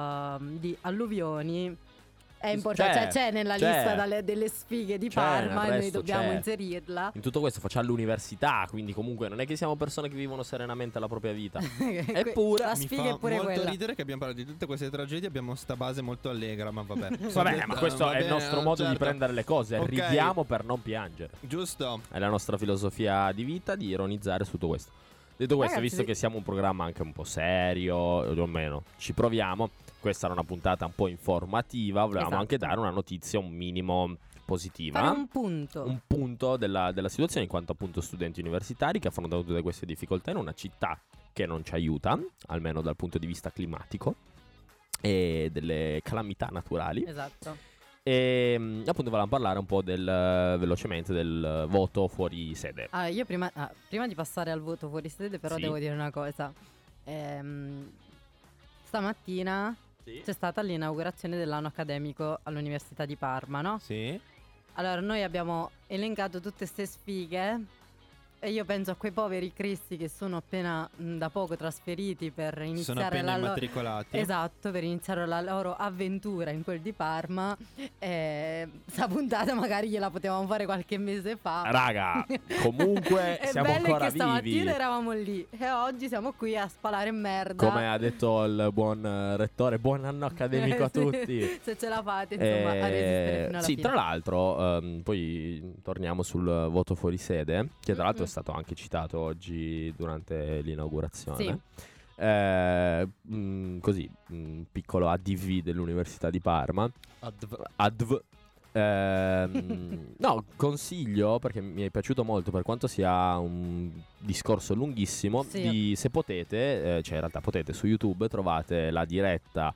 di alluvioni è importante, C'è, c'è nella c'è. lista delle sfighe di C'è, Parma, nel e noi resto dobbiamo c'è. inserirla. In tutto questo facciamo l'università, quindi comunque non è che siamo persone che vivono serenamente la propria vita. Eppure la Mi sfiga fa è pure molto quella. ridere che abbiamo parlato di tutte queste tragedie, abbiamo sta base molto allegra, ma vabbè. Vabbè, ma questo Va è il bene, nostro modo di certo. prendere le cose. Ok. Ridiamo per non piangere. Giusto. È la nostra filosofia di vita, di ironizzare su tutto questo. Detto questo, Ragazzi, visto che siamo un programma anche un po' serio, o meno, ci proviamo. Questa era una puntata un po' informativa. Volevamo Esatto. anche dare una notizia un minimo positiva. Fare un punto. Un punto della situazione, in quanto appunto studenti universitari che affrontano tutte queste difficoltà in una città che non ci aiuta, almeno dal punto di vista climatico, e delle calamità naturali. Esatto. E appunto volevamo parlare un po' velocemente del voto fuori sede. Io prima di passare al voto fuori sede, però Sì. devo dire una cosa. Stamattina c'è stata l'inaugurazione dell'anno accademico all'Università di Parma, no? Sì. Allora, noi abbiamo elencato tutte ste sfighe e io penso a quei poveri cristi che sono appena da poco trasferiti per iniziare Sono appena immatricolati. Esatto, per iniziare la loro avventura in quel di Parma. Sta puntata magari gliela potevamo fare qualche mese fa. Raga, comunque È siamo bello ancora che vivi. stamattina eravamo lì e oggi siamo qui a spalare merda. Come ha detto il buon rettore, buon anno accademico a Sì, tutti. se ce la fate, insomma, a resistere fino alla sì, fine. tra l'altro, poi torniamo sul voto fuori sede, che tra l'altro è stato anche citato oggi durante l'inaugurazione. Così, piccolo ADV dell'Università di Parma. ADV. No, consiglio, perché mi è piaciuto molto, per quanto sia un discorso lunghissimo, Sì. se potete, cioè in realtà potete, su YouTube trovate la diretta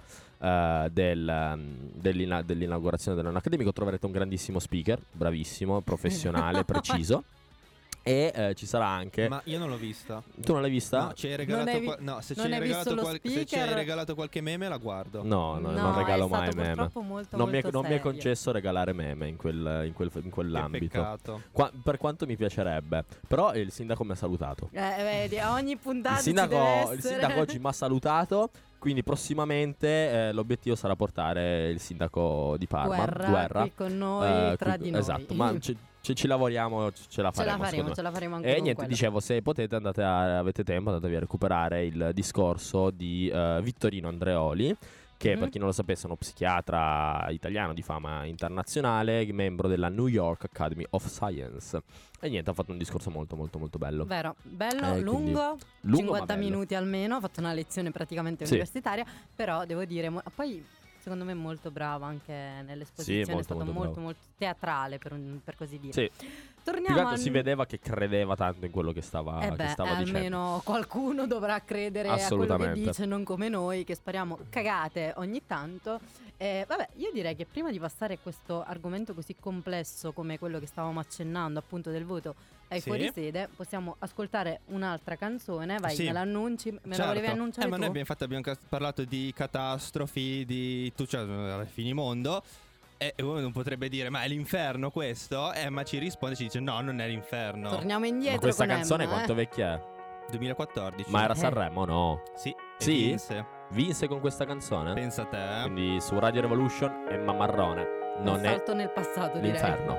dell'inaugurazione dell'anno accademico, troverete un grandissimo speaker, bravissimo, professionale, preciso. E ci sarà anche. Ma io non l'ho vista. Tu non l'hai vista? No, ci hai regalato se ci non hai hai regalato visto lo se ci hai speaker? regalato qualche meme la guardo. No, No, non regalo è mai stato meme. purtroppo molto, Non mi molto è serio. concesso regalare meme in quell'ambito. Peccato. Per quanto mi piacerebbe. Però il sindaco mi ha salutato. Vedi, a ogni puntata Il ci deve sindaco essere. oggi mi ha salutato. Quindi prossimamente l'obiettivo sarà portare il sindaco di Parma, Guerra qui con noi, tra di noi. Esatto, ma ci lavoriamo, ce la faremo. Ce la faremo anche E con niente, quella. dicevo, se potete avete tempo, andatevi a recuperare il discorso di Vittorino Andreoli, che per chi non lo sapesse è uno psichiatra italiano di fama internazionale, membro della New York Academy of Science. E niente, ha fatto un discorso molto molto molto bello. Vero, bello, quindi lungo, ma 50 bello. minuti almeno, ho fatto una lezione praticamente Sì. universitaria, però devo dire, poi secondo me molto bravo anche nell'esposizione, Sì, molto, è stato molto molto, bravo. molto teatrale per così dire. Sì. Più che Torniamo altro si vedeva che credeva tanto in quello che stava dicendo. almeno qualcuno dovrà credere a quello che Assolutamente. dice, non come noi che spariamo cagate ogni tanto. Vabbè, io direi che prima di passare a questo argomento così complesso come quello che stavamo accennando, appunto del voto ai Sì. fuorisede, possiamo ascoltare un'altra canzone. Vai, Sì. me l'annunci, me Certo. la volevi annunciare ma tu? noi abbiamo parlato di catastrofi, di finimondo. E uno non potrebbe dire, ma è l'inferno questo? Ma ci risponde, ci dice, no, non è l'inferno. Torniamo indietro. Ma questa con canzone Emma, quanto vecchia è? 2014. Ma era Sanremo, no? Sì. E Sì? vinse. Vinse con questa canzone? Pensa a te. Quindi su Radio Revolution è Mamarrone. Non un è salto nel passato, l'inferno.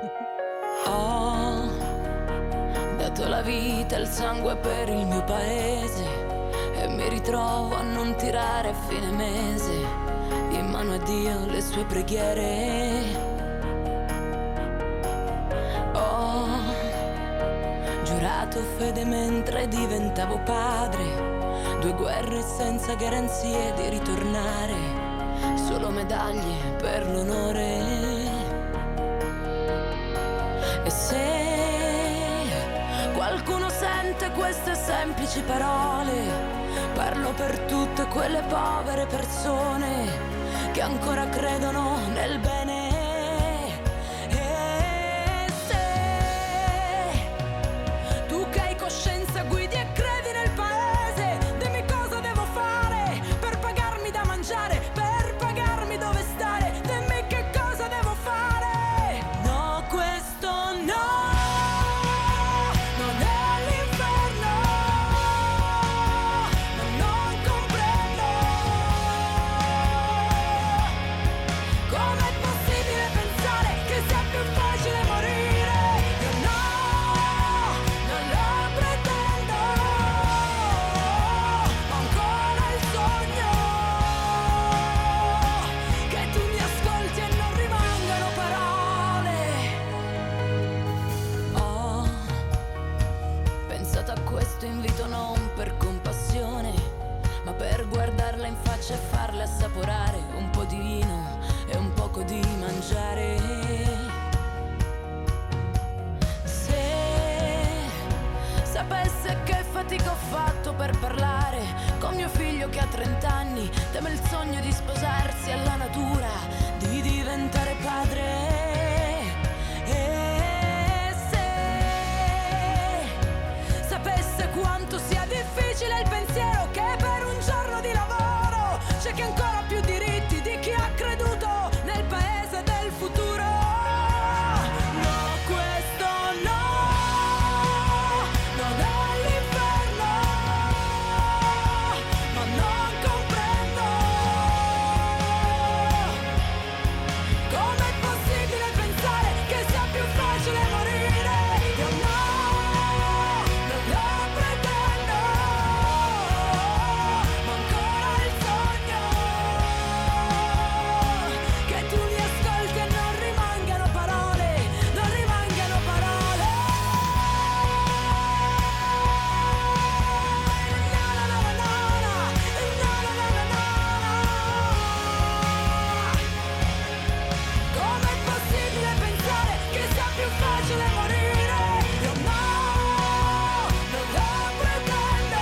Ho dato la vita e il sangue per il mio paese e mi ritrovo a non tirare a fine mese in mano a Dio le sue preghiere. Ho giurato fede mentre diventavo padre, 2 guerre senza garanzie di ritornare, solo medaglie per l'onore. E se qualcuno sente queste semplici parole, parlo per tutte quelle povere persone che ancora credono nel bene. E se tu che hai coscienza guidi e credi nel paese, dimmi cosa devo fare per pagarmi da mangiare, per pagarmi dove stare, dimmi che cosa devo fare. No, questo no, non è l'inferno, ma non comprendo com'è possibile pensare che sia più facile morire. Io no, non lo pretendo, ho ancora il sogno che tu mi ascolti e non rimangano parole. Ho pensato a questo invito non per compassione, ma per guardarla in faccia e farle assaporare un po' di vino e un poco di mangiare. Se sapesse che fatica ho fatto per parlare con mio figlio figlio che ha 30 anni teme il sogno di sposarsi alla natura, di diventare padre. E se sapesse quanto sia difficile il pensiero che per un giorno di lavoro c'è chi ha ancora più diritti di chi ha creduto nel paese del futuro. No, questo no, non è l'inferno, ma non comprendo com'è possibile pensare che sia più facile morire. Io no, non lo pretendo, ma ancora il sogno che tu mi ascolti e non rimangano parole, non rimangano parole. Com'è possibile pensare che sia più facile morire? Io no, non lo pretendo,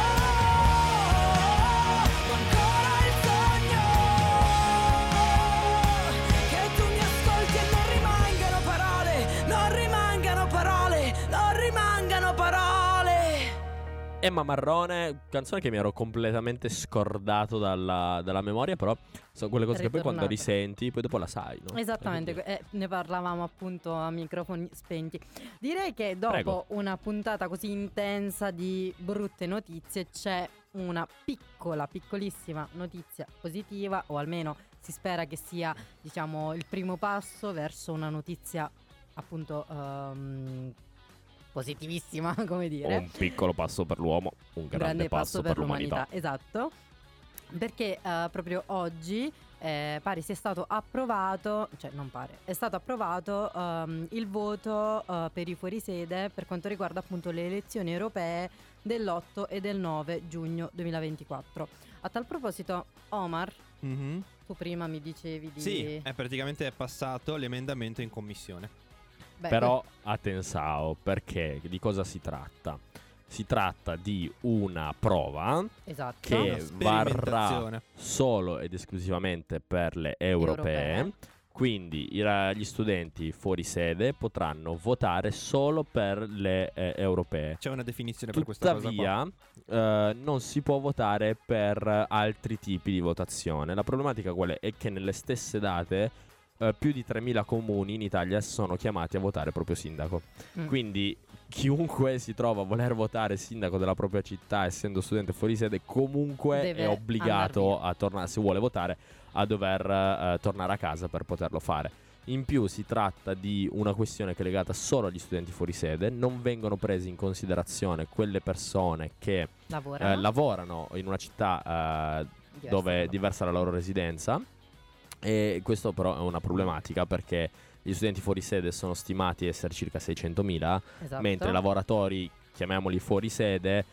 ma ancora il sogno che tu mi ascolti e non rimangano parole, non rimangano parole, non rimangano parole. Emma Marrone, canzone che mi ero completamente scordato dalla memoria, però sono quelle cose che poi quando Ritornata. risenti, poi dopo la sai, no? Esattamente, Quindi- ne parlavamo appunto a microfoni spenti. Direi che dopo Prego. una puntata così intensa di brutte notizie c'è una piccolissima notizia positiva, o almeno si spera che sia, diciamo, il primo passo verso una notizia appunto positivissima, come dire. Un piccolo passo per l'uomo, un grande passo per l'umanità. Esatto, perché proprio oggi pare sia stato approvato, cioè non pare, è stato approvato il voto per i fuorisede per quanto riguarda appunto le elezioni europee dell'8 e del 9 giugno 2024. A tal proposito, Omar, Mhm. tu prima mi dicevi di... Sì, è praticamente passato l'emendamento in commissione. Beh, Però attenzao, perché di cosa si tratta? Si tratta di una prova esatto. che Una varrà sperimentazione. solo ed esclusivamente per le europee. Europee. Quindi gli studenti fuori sede potranno votare solo per le europee. C'è una definizione per questa cosa qua. Tuttavia, non si può votare per altri tipi di votazione. La problematica qual è? È che nelle stesse date più di 3.000 comuni in Italia sono chiamati a votare proprio sindaco. Mm. Quindi chiunque si trova a voler votare sindaco della propria città, essendo studente fuori sede, comunque Deve è obbligato andar a tornare, se vuole votare, a dover tornare a casa per poterlo fare. In più si tratta di una questione che è legata solo agli studenti fuori sede, non vengono prese in considerazione quelle persone che lavorano in una città dove è diversa la loro residenza, e questo però è una problematica perché gli studenti fuori sede sono stimati essere circa 600.000, Esatto. mentre i lavoratori, chiamiamoli fuori sede,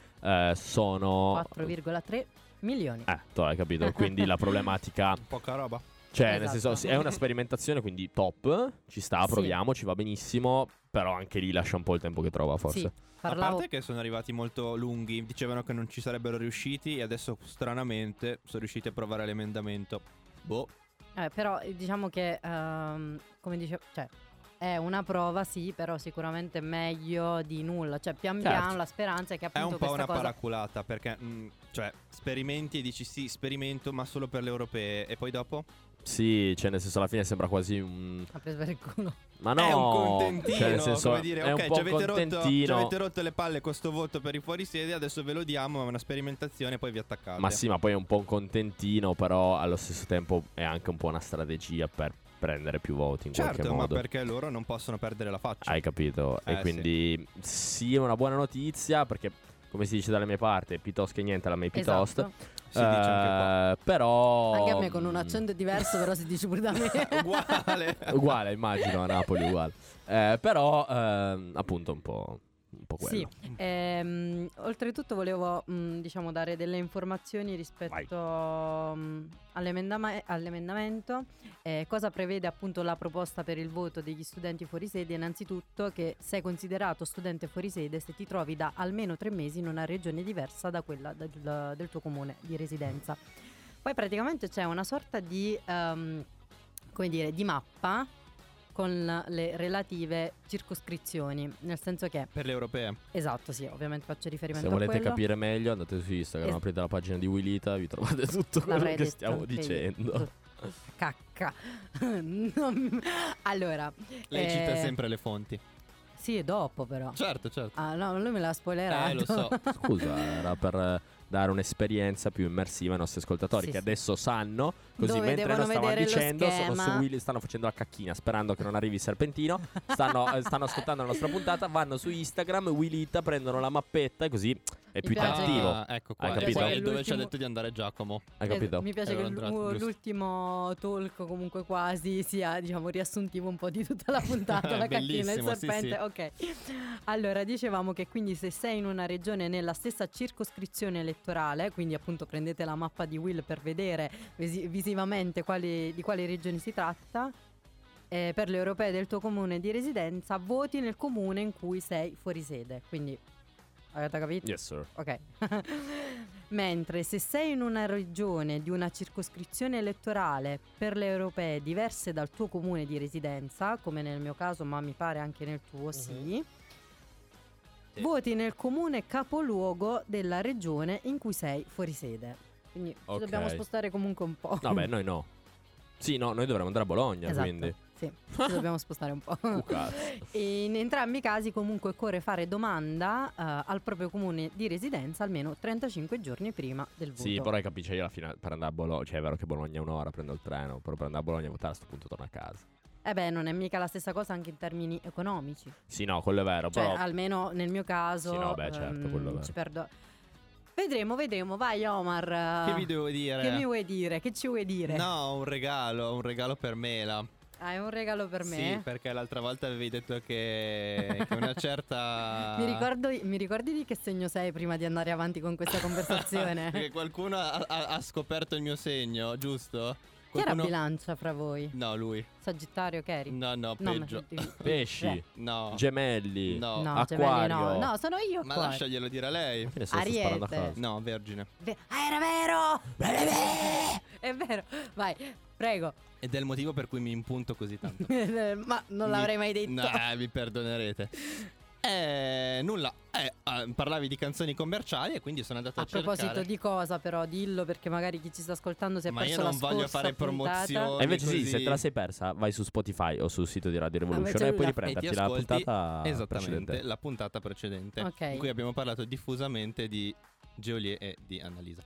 sono 4,3 milioni. tu hai capito, quindi la problematica, Poca roba. cioè nel Esatto. senso è una sperimentazione, quindi top, ci sta, Sì. proviamo, ci va benissimo, però anche lì lascia un po' il tempo che trova forse. Sì, A parlavo... parte che sono arrivati molto lunghi, dicevano che non ci sarebbero riusciti e adesso stranamente sono riusciti a provare l'emendamento. Boh. Però diciamo che, come dicevo, cioè è una prova, sì, però sicuramente meglio di nulla. Cioè pian piano Certo. la speranza è che È appunto un po' questa una cosa... paraculata perché, cioè, sperimenti e dici sì, sperimento, ma solo per le europee e poi dopo? Sì, cioè nel senso alla fine sembra quasi un... Ha preso per il culo. Ma no, È un contentino, cioè nel senso come dire, è ok, un po' ci avete contentino. rotto le palle con sto voto per i fuorisede, adesso ve lo diamo, è una sperimentazione, poi vi attaccate. Ma sì, ma poi è un po' un contentino, però allo stesso tempo è anche un po' una strategia per prendere più voti in qualche Certo, ma modo. perché loro non possono perdere la faccia. Hai capito? E sì. quindi sì, è una buona notizia perché, come si dice dalle mie parti, piuttosto che niente, la mia piuttosto. Esatto. Si dice anche Però Anche a me con un accento diverso, però si dice pure da me. qua. Uguale. uguale, immagino a Napoli uguale. Però appunto un po' un po' quello. Sì, oltretutto volevo diciamo dare delle informazioni rispetto all'emendamento. Cosa prevede appunto la proposta per il voto degli studenti fuori sede? Innanzitutto che sei considerato studente fuori sede se ti trovi da almeno 3 mesi in una regione diversa da quella del tuo comune di residenza. Poi praticamente c'è una sorta di come dire, di mappa con le relative circoscrizioni, nel senso che Per le europee. esatto, sì, ovviamente faccio riferimento Se a volete quello. capire meglio andate su Instagram, aprite la pagina di Willita, vi trovate tutto quello L'avrei che detto stiamo anche io. dicendo. Cacca. Allora, Lei cita sempre le fonti. sì, è dopo però. Certo. Ah no, lui me l'ha spoilerato. Lo so. Scusa, era per dare un'esperienza più immersiva ai nostri ascoltatori, Sì, che sì. adesso sanno, così Dove mentre lo devono stavano vedere lo dicendo sono su schema. Willy, stanno facendo la cacchina sperando che non arrivi il serpentino, stanno ascoltando la nostra puntata, vanno su Instagram, Willita, prendono la mappetta e così è più piace. interattivo. Ecco qua. Hai E capito? poi Che dove ci ha l'ultimo- detto di andare Giacomo. Hai capito? Mi piace Era che giusto. l'ultimo talk comunque quasi sia, diciamo, riassuntivo un po' di tutta la puntata, la cacchina e il Bellissimo, sì, serpente. sì. Ok. Allora, dicevamo che quindi se sei in una regione nella stessa circoscrizione elettorale, quindi appunto prendete la mappa di Will per vedere visivamente di quali regioni si tratta, per le europee del tuo comune di residenza, voti nel comune in cui sei fuori sede. Quindi, avete capito? Yes sir. Ok. Mentre se sei in una regione di una circoscrizione elettorale per le europee diverse dal tuo comune di residenza, come nel mio caso, ma mi pare anche nel tuo, sì, voti nel comune capoluogo della regione in cui sei fuori sede. Quindi Ok. ci dobbiamo spostare comunque un po'. No, beh, noi no. Sì, no, noi dovremmo andare a Bologna, Esatto. quindi. Sì, ci dobbiamo spostare un po'. Cazzo. E in entrambi i casi comunque occorre fare domanda al proprio comune di residenza almeno 35 giorni prima del voto. Sì, però hai capito, io alla fine per andare a Bologna, cioè è vero che Bologna è un'ora, prendo il treno, però per andare a Bologna a votare a sto punto torno a casa. Eh beh, non è mica la stessa cosa anche in termini economici. Sì, no, quello è vero, Cioè, però almeno nel mio caso Sì, no, beh, certo, quello è vero. ci perdo. Vedremo, vai Omar. Che vi devo dire? Che mi vuoi dire? Che ci vuoi dire? No, un regalo per Mela. Ah, è un regalo per me? Sì, perché l'altra volta avevi detto che una certa... Mi ricordi di che segno sei prima di andare avanti con questa conversazione? Perché qualcuno ha scoperto il mio segno, giusto? Chi era Qualcuno... bilancia fra voi? No, lui. Sagittario, che eri? No, No, peggio. pesci, No. gemelli, No. No, acquario. gemelli no. No, sono io Ma qua. lasciaglielo dire a lei. Che ne so, sto sparando a Ariete. caso. No, vergine. Ah, era vero! È vero. Vai, prego. Ed è il motivo per cui mi impunto così tanto. Ma non l'avrei mai detto. No, vi perdonerete. Nulla. Parlavi di canzoni commerciali e quindi sono andato a, A proposito cercare. di cosa però, dillo perché magari chi ci sta ascoltando si è Ma io perso la non voglio scorsa fare puntata. promozioni. E invece sì, così. se te la sei persa, vai su Spotify o sul sito di Radio Revolution invece e puoi la- e ti riprenderti la ascolti puntata esattamente precedente. la puntata precedente Ok. in cui abbiamo parlato diffusamente di Geolier e di Annalisa.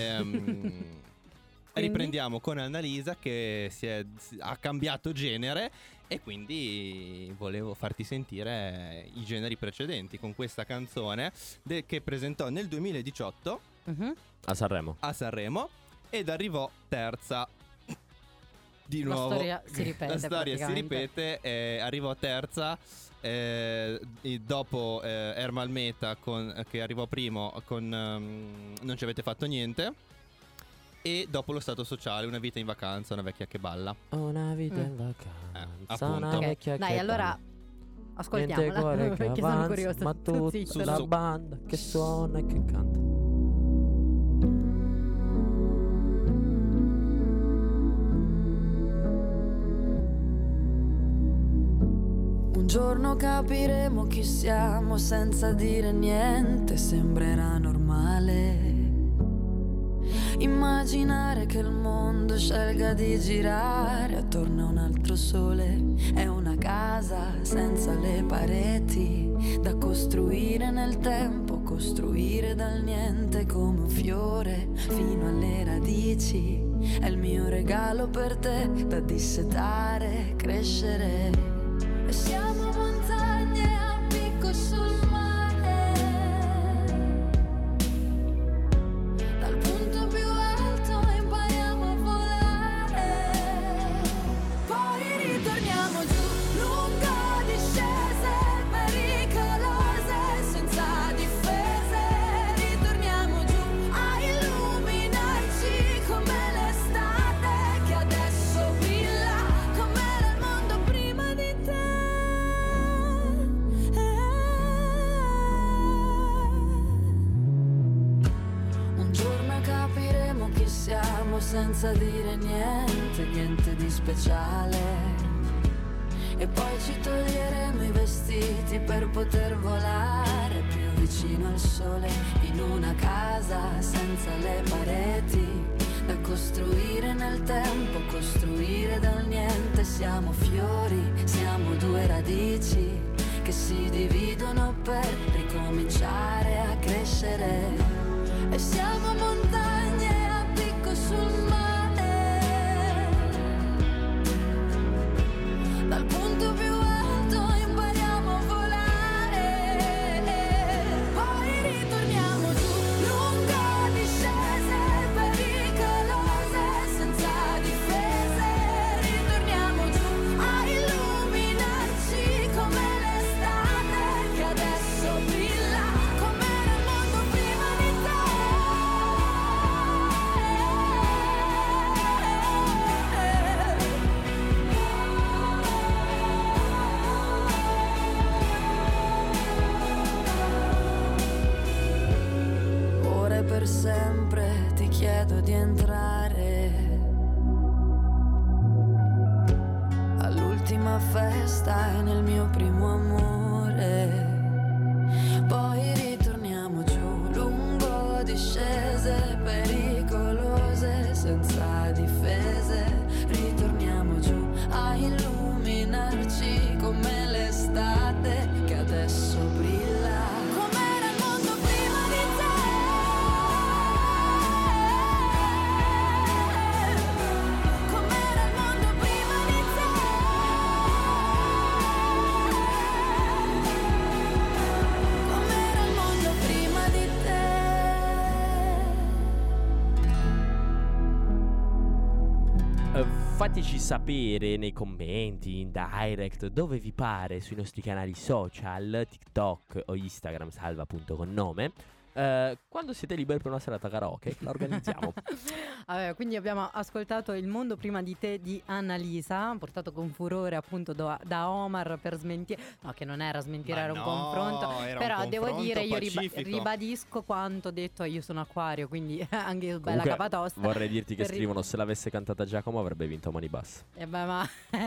Riprendiamo con Annalisa che ha cambiato genere e quindi volevo farti sentire i generi precedenti con questa canzone che presentò nel 2018 Mhm. A Sanremo. a Sanremo ed arrivò terza. Di La nuovo storia si ripete la storia si praticamente. ripete, arrivò terza e dopo Ermal Meta che arrivò primo con Non ci avete fatto niente e dopo Lo Stato Sociale, Una vita in vacanza, una vecchia che balla. Una vita in vacanza, una Ok, vecchia dai, che allora Niente ascoltiamola cuore che perché sono avanza, curiosa. ma tutta Zitto. la Su. banda che suona e che canta. Un giorno capiremo chi siamo senza dire niente, sembrerà normale. Immaginare che il mondo scelga di girare attorno a un altro sole. È una casa senza le pareti da costruire nel tempo, costruire dal niente come un fiore fino alle radici. È il mio regalo per te da dissetare, crescere. E siamo montagne a picco sul mare, dal punto più alto impariamo a volare, poi ritorniamo giù, lungo discese pericolose, senza dire niente, niente di speciale. E poi ci toglieremo i vestiti per poter volare più vicino al sole, in una casa senza le pareti, da costruire nel tempo, costruire dal niente. Siamo fiori, siamo due radici che si dividono per ricominciare a crescere. E siamo montagne a picco sul mare, dal punto più alto impariamo a volare. Poi ritorniamo giù, lungo discese pericolose, senza difese. Ritorniamo giù a illuminarci come l'estate che adesso brilla, come era il mondo prima di te. Ora e per sempre ti chiedo di entrare all'ultima festa e nel mio primo amore. Poi ritorniamo giù, lungo discese pericolose, senza difese. Ritorniamo giù a illuminarci come l'estate che adesso brilla, come era il mondo prima di te. Come era il mondo prima di te. Come era il mondo prima di te. Fateci sapere nei commenti, in direct, dove vi pare, sui nostri canali social, TikTok o Instagram, salva.connome, quando siete liberi per una serata karaoke, la organizziamo. Vabbè, quindi abbiamo ascoltato Il mondo prima di te di Annalisa, portato con furore appunto da Omar per smentire, no, che non era smentire, Ma era un no, confronto, era un però devo confronto dire io pacifico. ribadisco quanto detto, io sono acquario, quindi anche io bella Comunque, capatosta. vorrei dirti che Per- scrivono: se l'avesse cantata Giacomo avrebbe vinto a mani basse. Beh, ma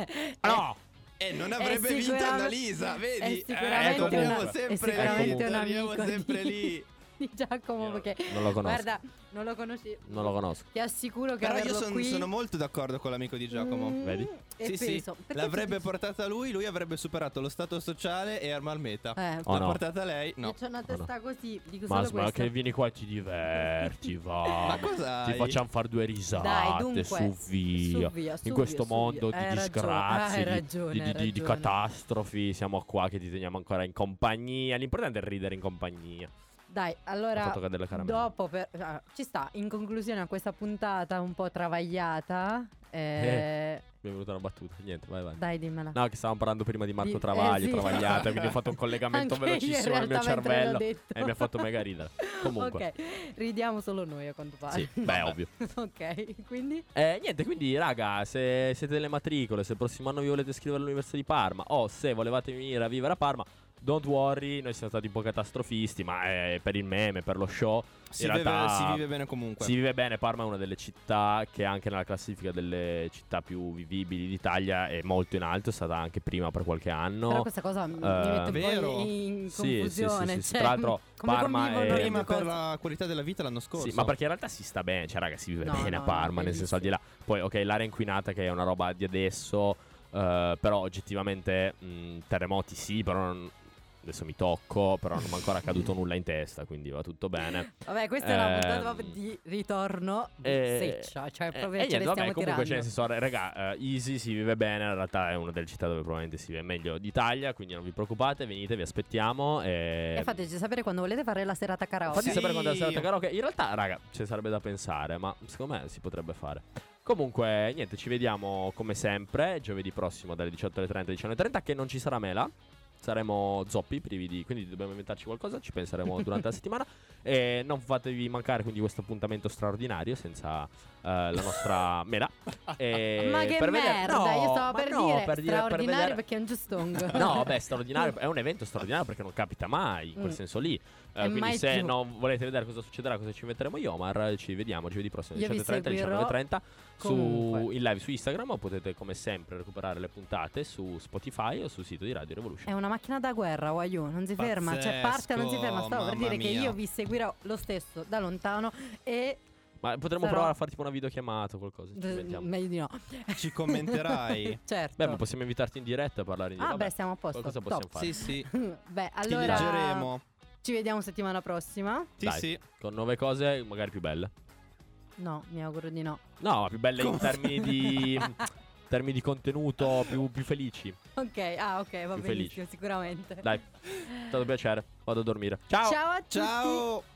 No! E non avrebbe vinto Annalisa, vedi? È sicuramente, torniamo una, sempre è sicuramente lì, un torniamo amico sempre di, lì. di Giacomo, perché Non lo conosco. guarda, non lo conosci. Non lo conosco. Ti assicuro che Però io averlo qui sono molto d'accordo con l'amico di Giacomo. Vedi? è Sì, sì, peso. Perché l'avrebbe tu- portata lui avrebbe superato lo stato sociale e Armal Meta. Oh, L'ha no. portata lei? Io No. c'ho una no. testa così, dico Ma solo questo. che vieni qua e ti diverti, va. Ma cosa Ti hai? facciamo fare due risate, Dai, dunque, su via. su In questo via, mondo Hai di ragione, disgrazie, hai ragione, hai di ragione. catastrofi, siamo qua che ti teniamo ancora in compagnia. L'importante è ridere in compagnia. Dai, Ho allora fatto cadere la caramella. dopo ci sta in conclusione a questa puntata un po' travagliata. Mi è venuta una battuta, niente, vai. Dai, dimmela. No, che stavamo parlando prima di Marco Di- Travaglio, sì. Travagliata, quindi ho fatto un collegamento Anche io in velocissimo nel mio realtà mentre cervello l'ho detto. e mi ha fatto mega ridere. Comunque, Ok, ridiamo solo noi a quanto pare. sì, beh, ovvio. Ok, quindi Niente, quindi raga, se siete delle matricole, se il prossimo anno vi volete iscrivere all'Università di Parma o se volevate venire a vivere a Parma, don't worry, noi siamo stati un po' catastrofisti, ma è per il meme, per lo show. Si In vive, realtà si vive bene comunque. si vive bene. Parma è una delle città che anche nella classifica delle città più vivibili d'Italia è molto in alto, è stata anche prima per qualche anno. però questa cosa mi mette vero? un po' in Sì, confusione. sì. Cioè, Tra l'altro come Parma convivono è- le Prima due per cose? la qualità della vita l'anno scorso. Sì, ma perché in realtà si sta bene, cioè raga, si vive No, bene a no, Parma, no, nel senso al di là. Poi ok, l'area inquinata che è una roba di adesso, però oggettivamente terremoti sì, però adesso mi tocco, però non mi è ancora caduto nulla in testa, quindi va tutto bene. Vabbè, questa è una puntata Ehm, proprio di ritorno seccia, cioè proprio e ce niente, le vabbè, stiamo comunque tirando. cioè, nel senso, raga, easy, si vive bene, in realtà è una delle città dove probabilmente si vive meglio d'Italia, quindi non vi preoccupate, venite, vi aspettiamo E fateci sapere quando volete fare la serata karaoke. Fatti Sì. sapere quando è la serata karaoke. In realtà, raga, ci sarebbe da pensare, ma secondo me si potrebbe fare. Comunque, niente, ci vediamo come sempre giovedì prossimo dalle 18:30 alle 19:30, che non ci sarà Mela. Saremo zoppi, privi di... Quindi dobbiamo inventarci qualcosa, ci penseremo durante la settimana. E non fatevi mancare quindi questo appuntamento straordinario senza la nostra Mela. E Ma che per vedere- merda, No, io stavo ma per no, dire per straordinario vedere- perché è un giustongo. No, beh, straordinario, è un evento straordinario perché non capita mai, in quel senso lì. Quindi mai se più. non volete vedere cosa succederà, cosa ci metteremo io, Omar, ci vediamo giovedì prossimo Io vi 18:30 e seguirò 19:30 comunque. in live su Instagram, o potete come sempre recuperare le puntate su Spotify o sul sito di Radio Revolution. È una macchina da guerra, Wayu, non si ferma, cioè parte non si ferma. Stavo per mamma dire che mia. io vi seguirò lo stesso da lontano e Ma potremmo sarò- provare a fare tipo una videochiamata o qualcosa. Ci inventiamo. meglio di no. Ci commenterai? Certo. Beh, ma possiamo invitarti in diretta a parlare in Ah, diretta. beh, stiamo a posto. Qualcosa Top. possiamo fare. Sì, sì. Beh, Ti allora leggeremo. ci vediamo settimana prossima. Sì, Dai. sì. Con nuove cose magari più belle. No, mi auguro di no. No, ma più belle in Come? termini di termini di contenuto, più felici. Ok, va Più benissimo, felici. sicuramente. Dai, è stato un piacere. Vado a dormire. Ciao. Ciao a tutti. Ciao.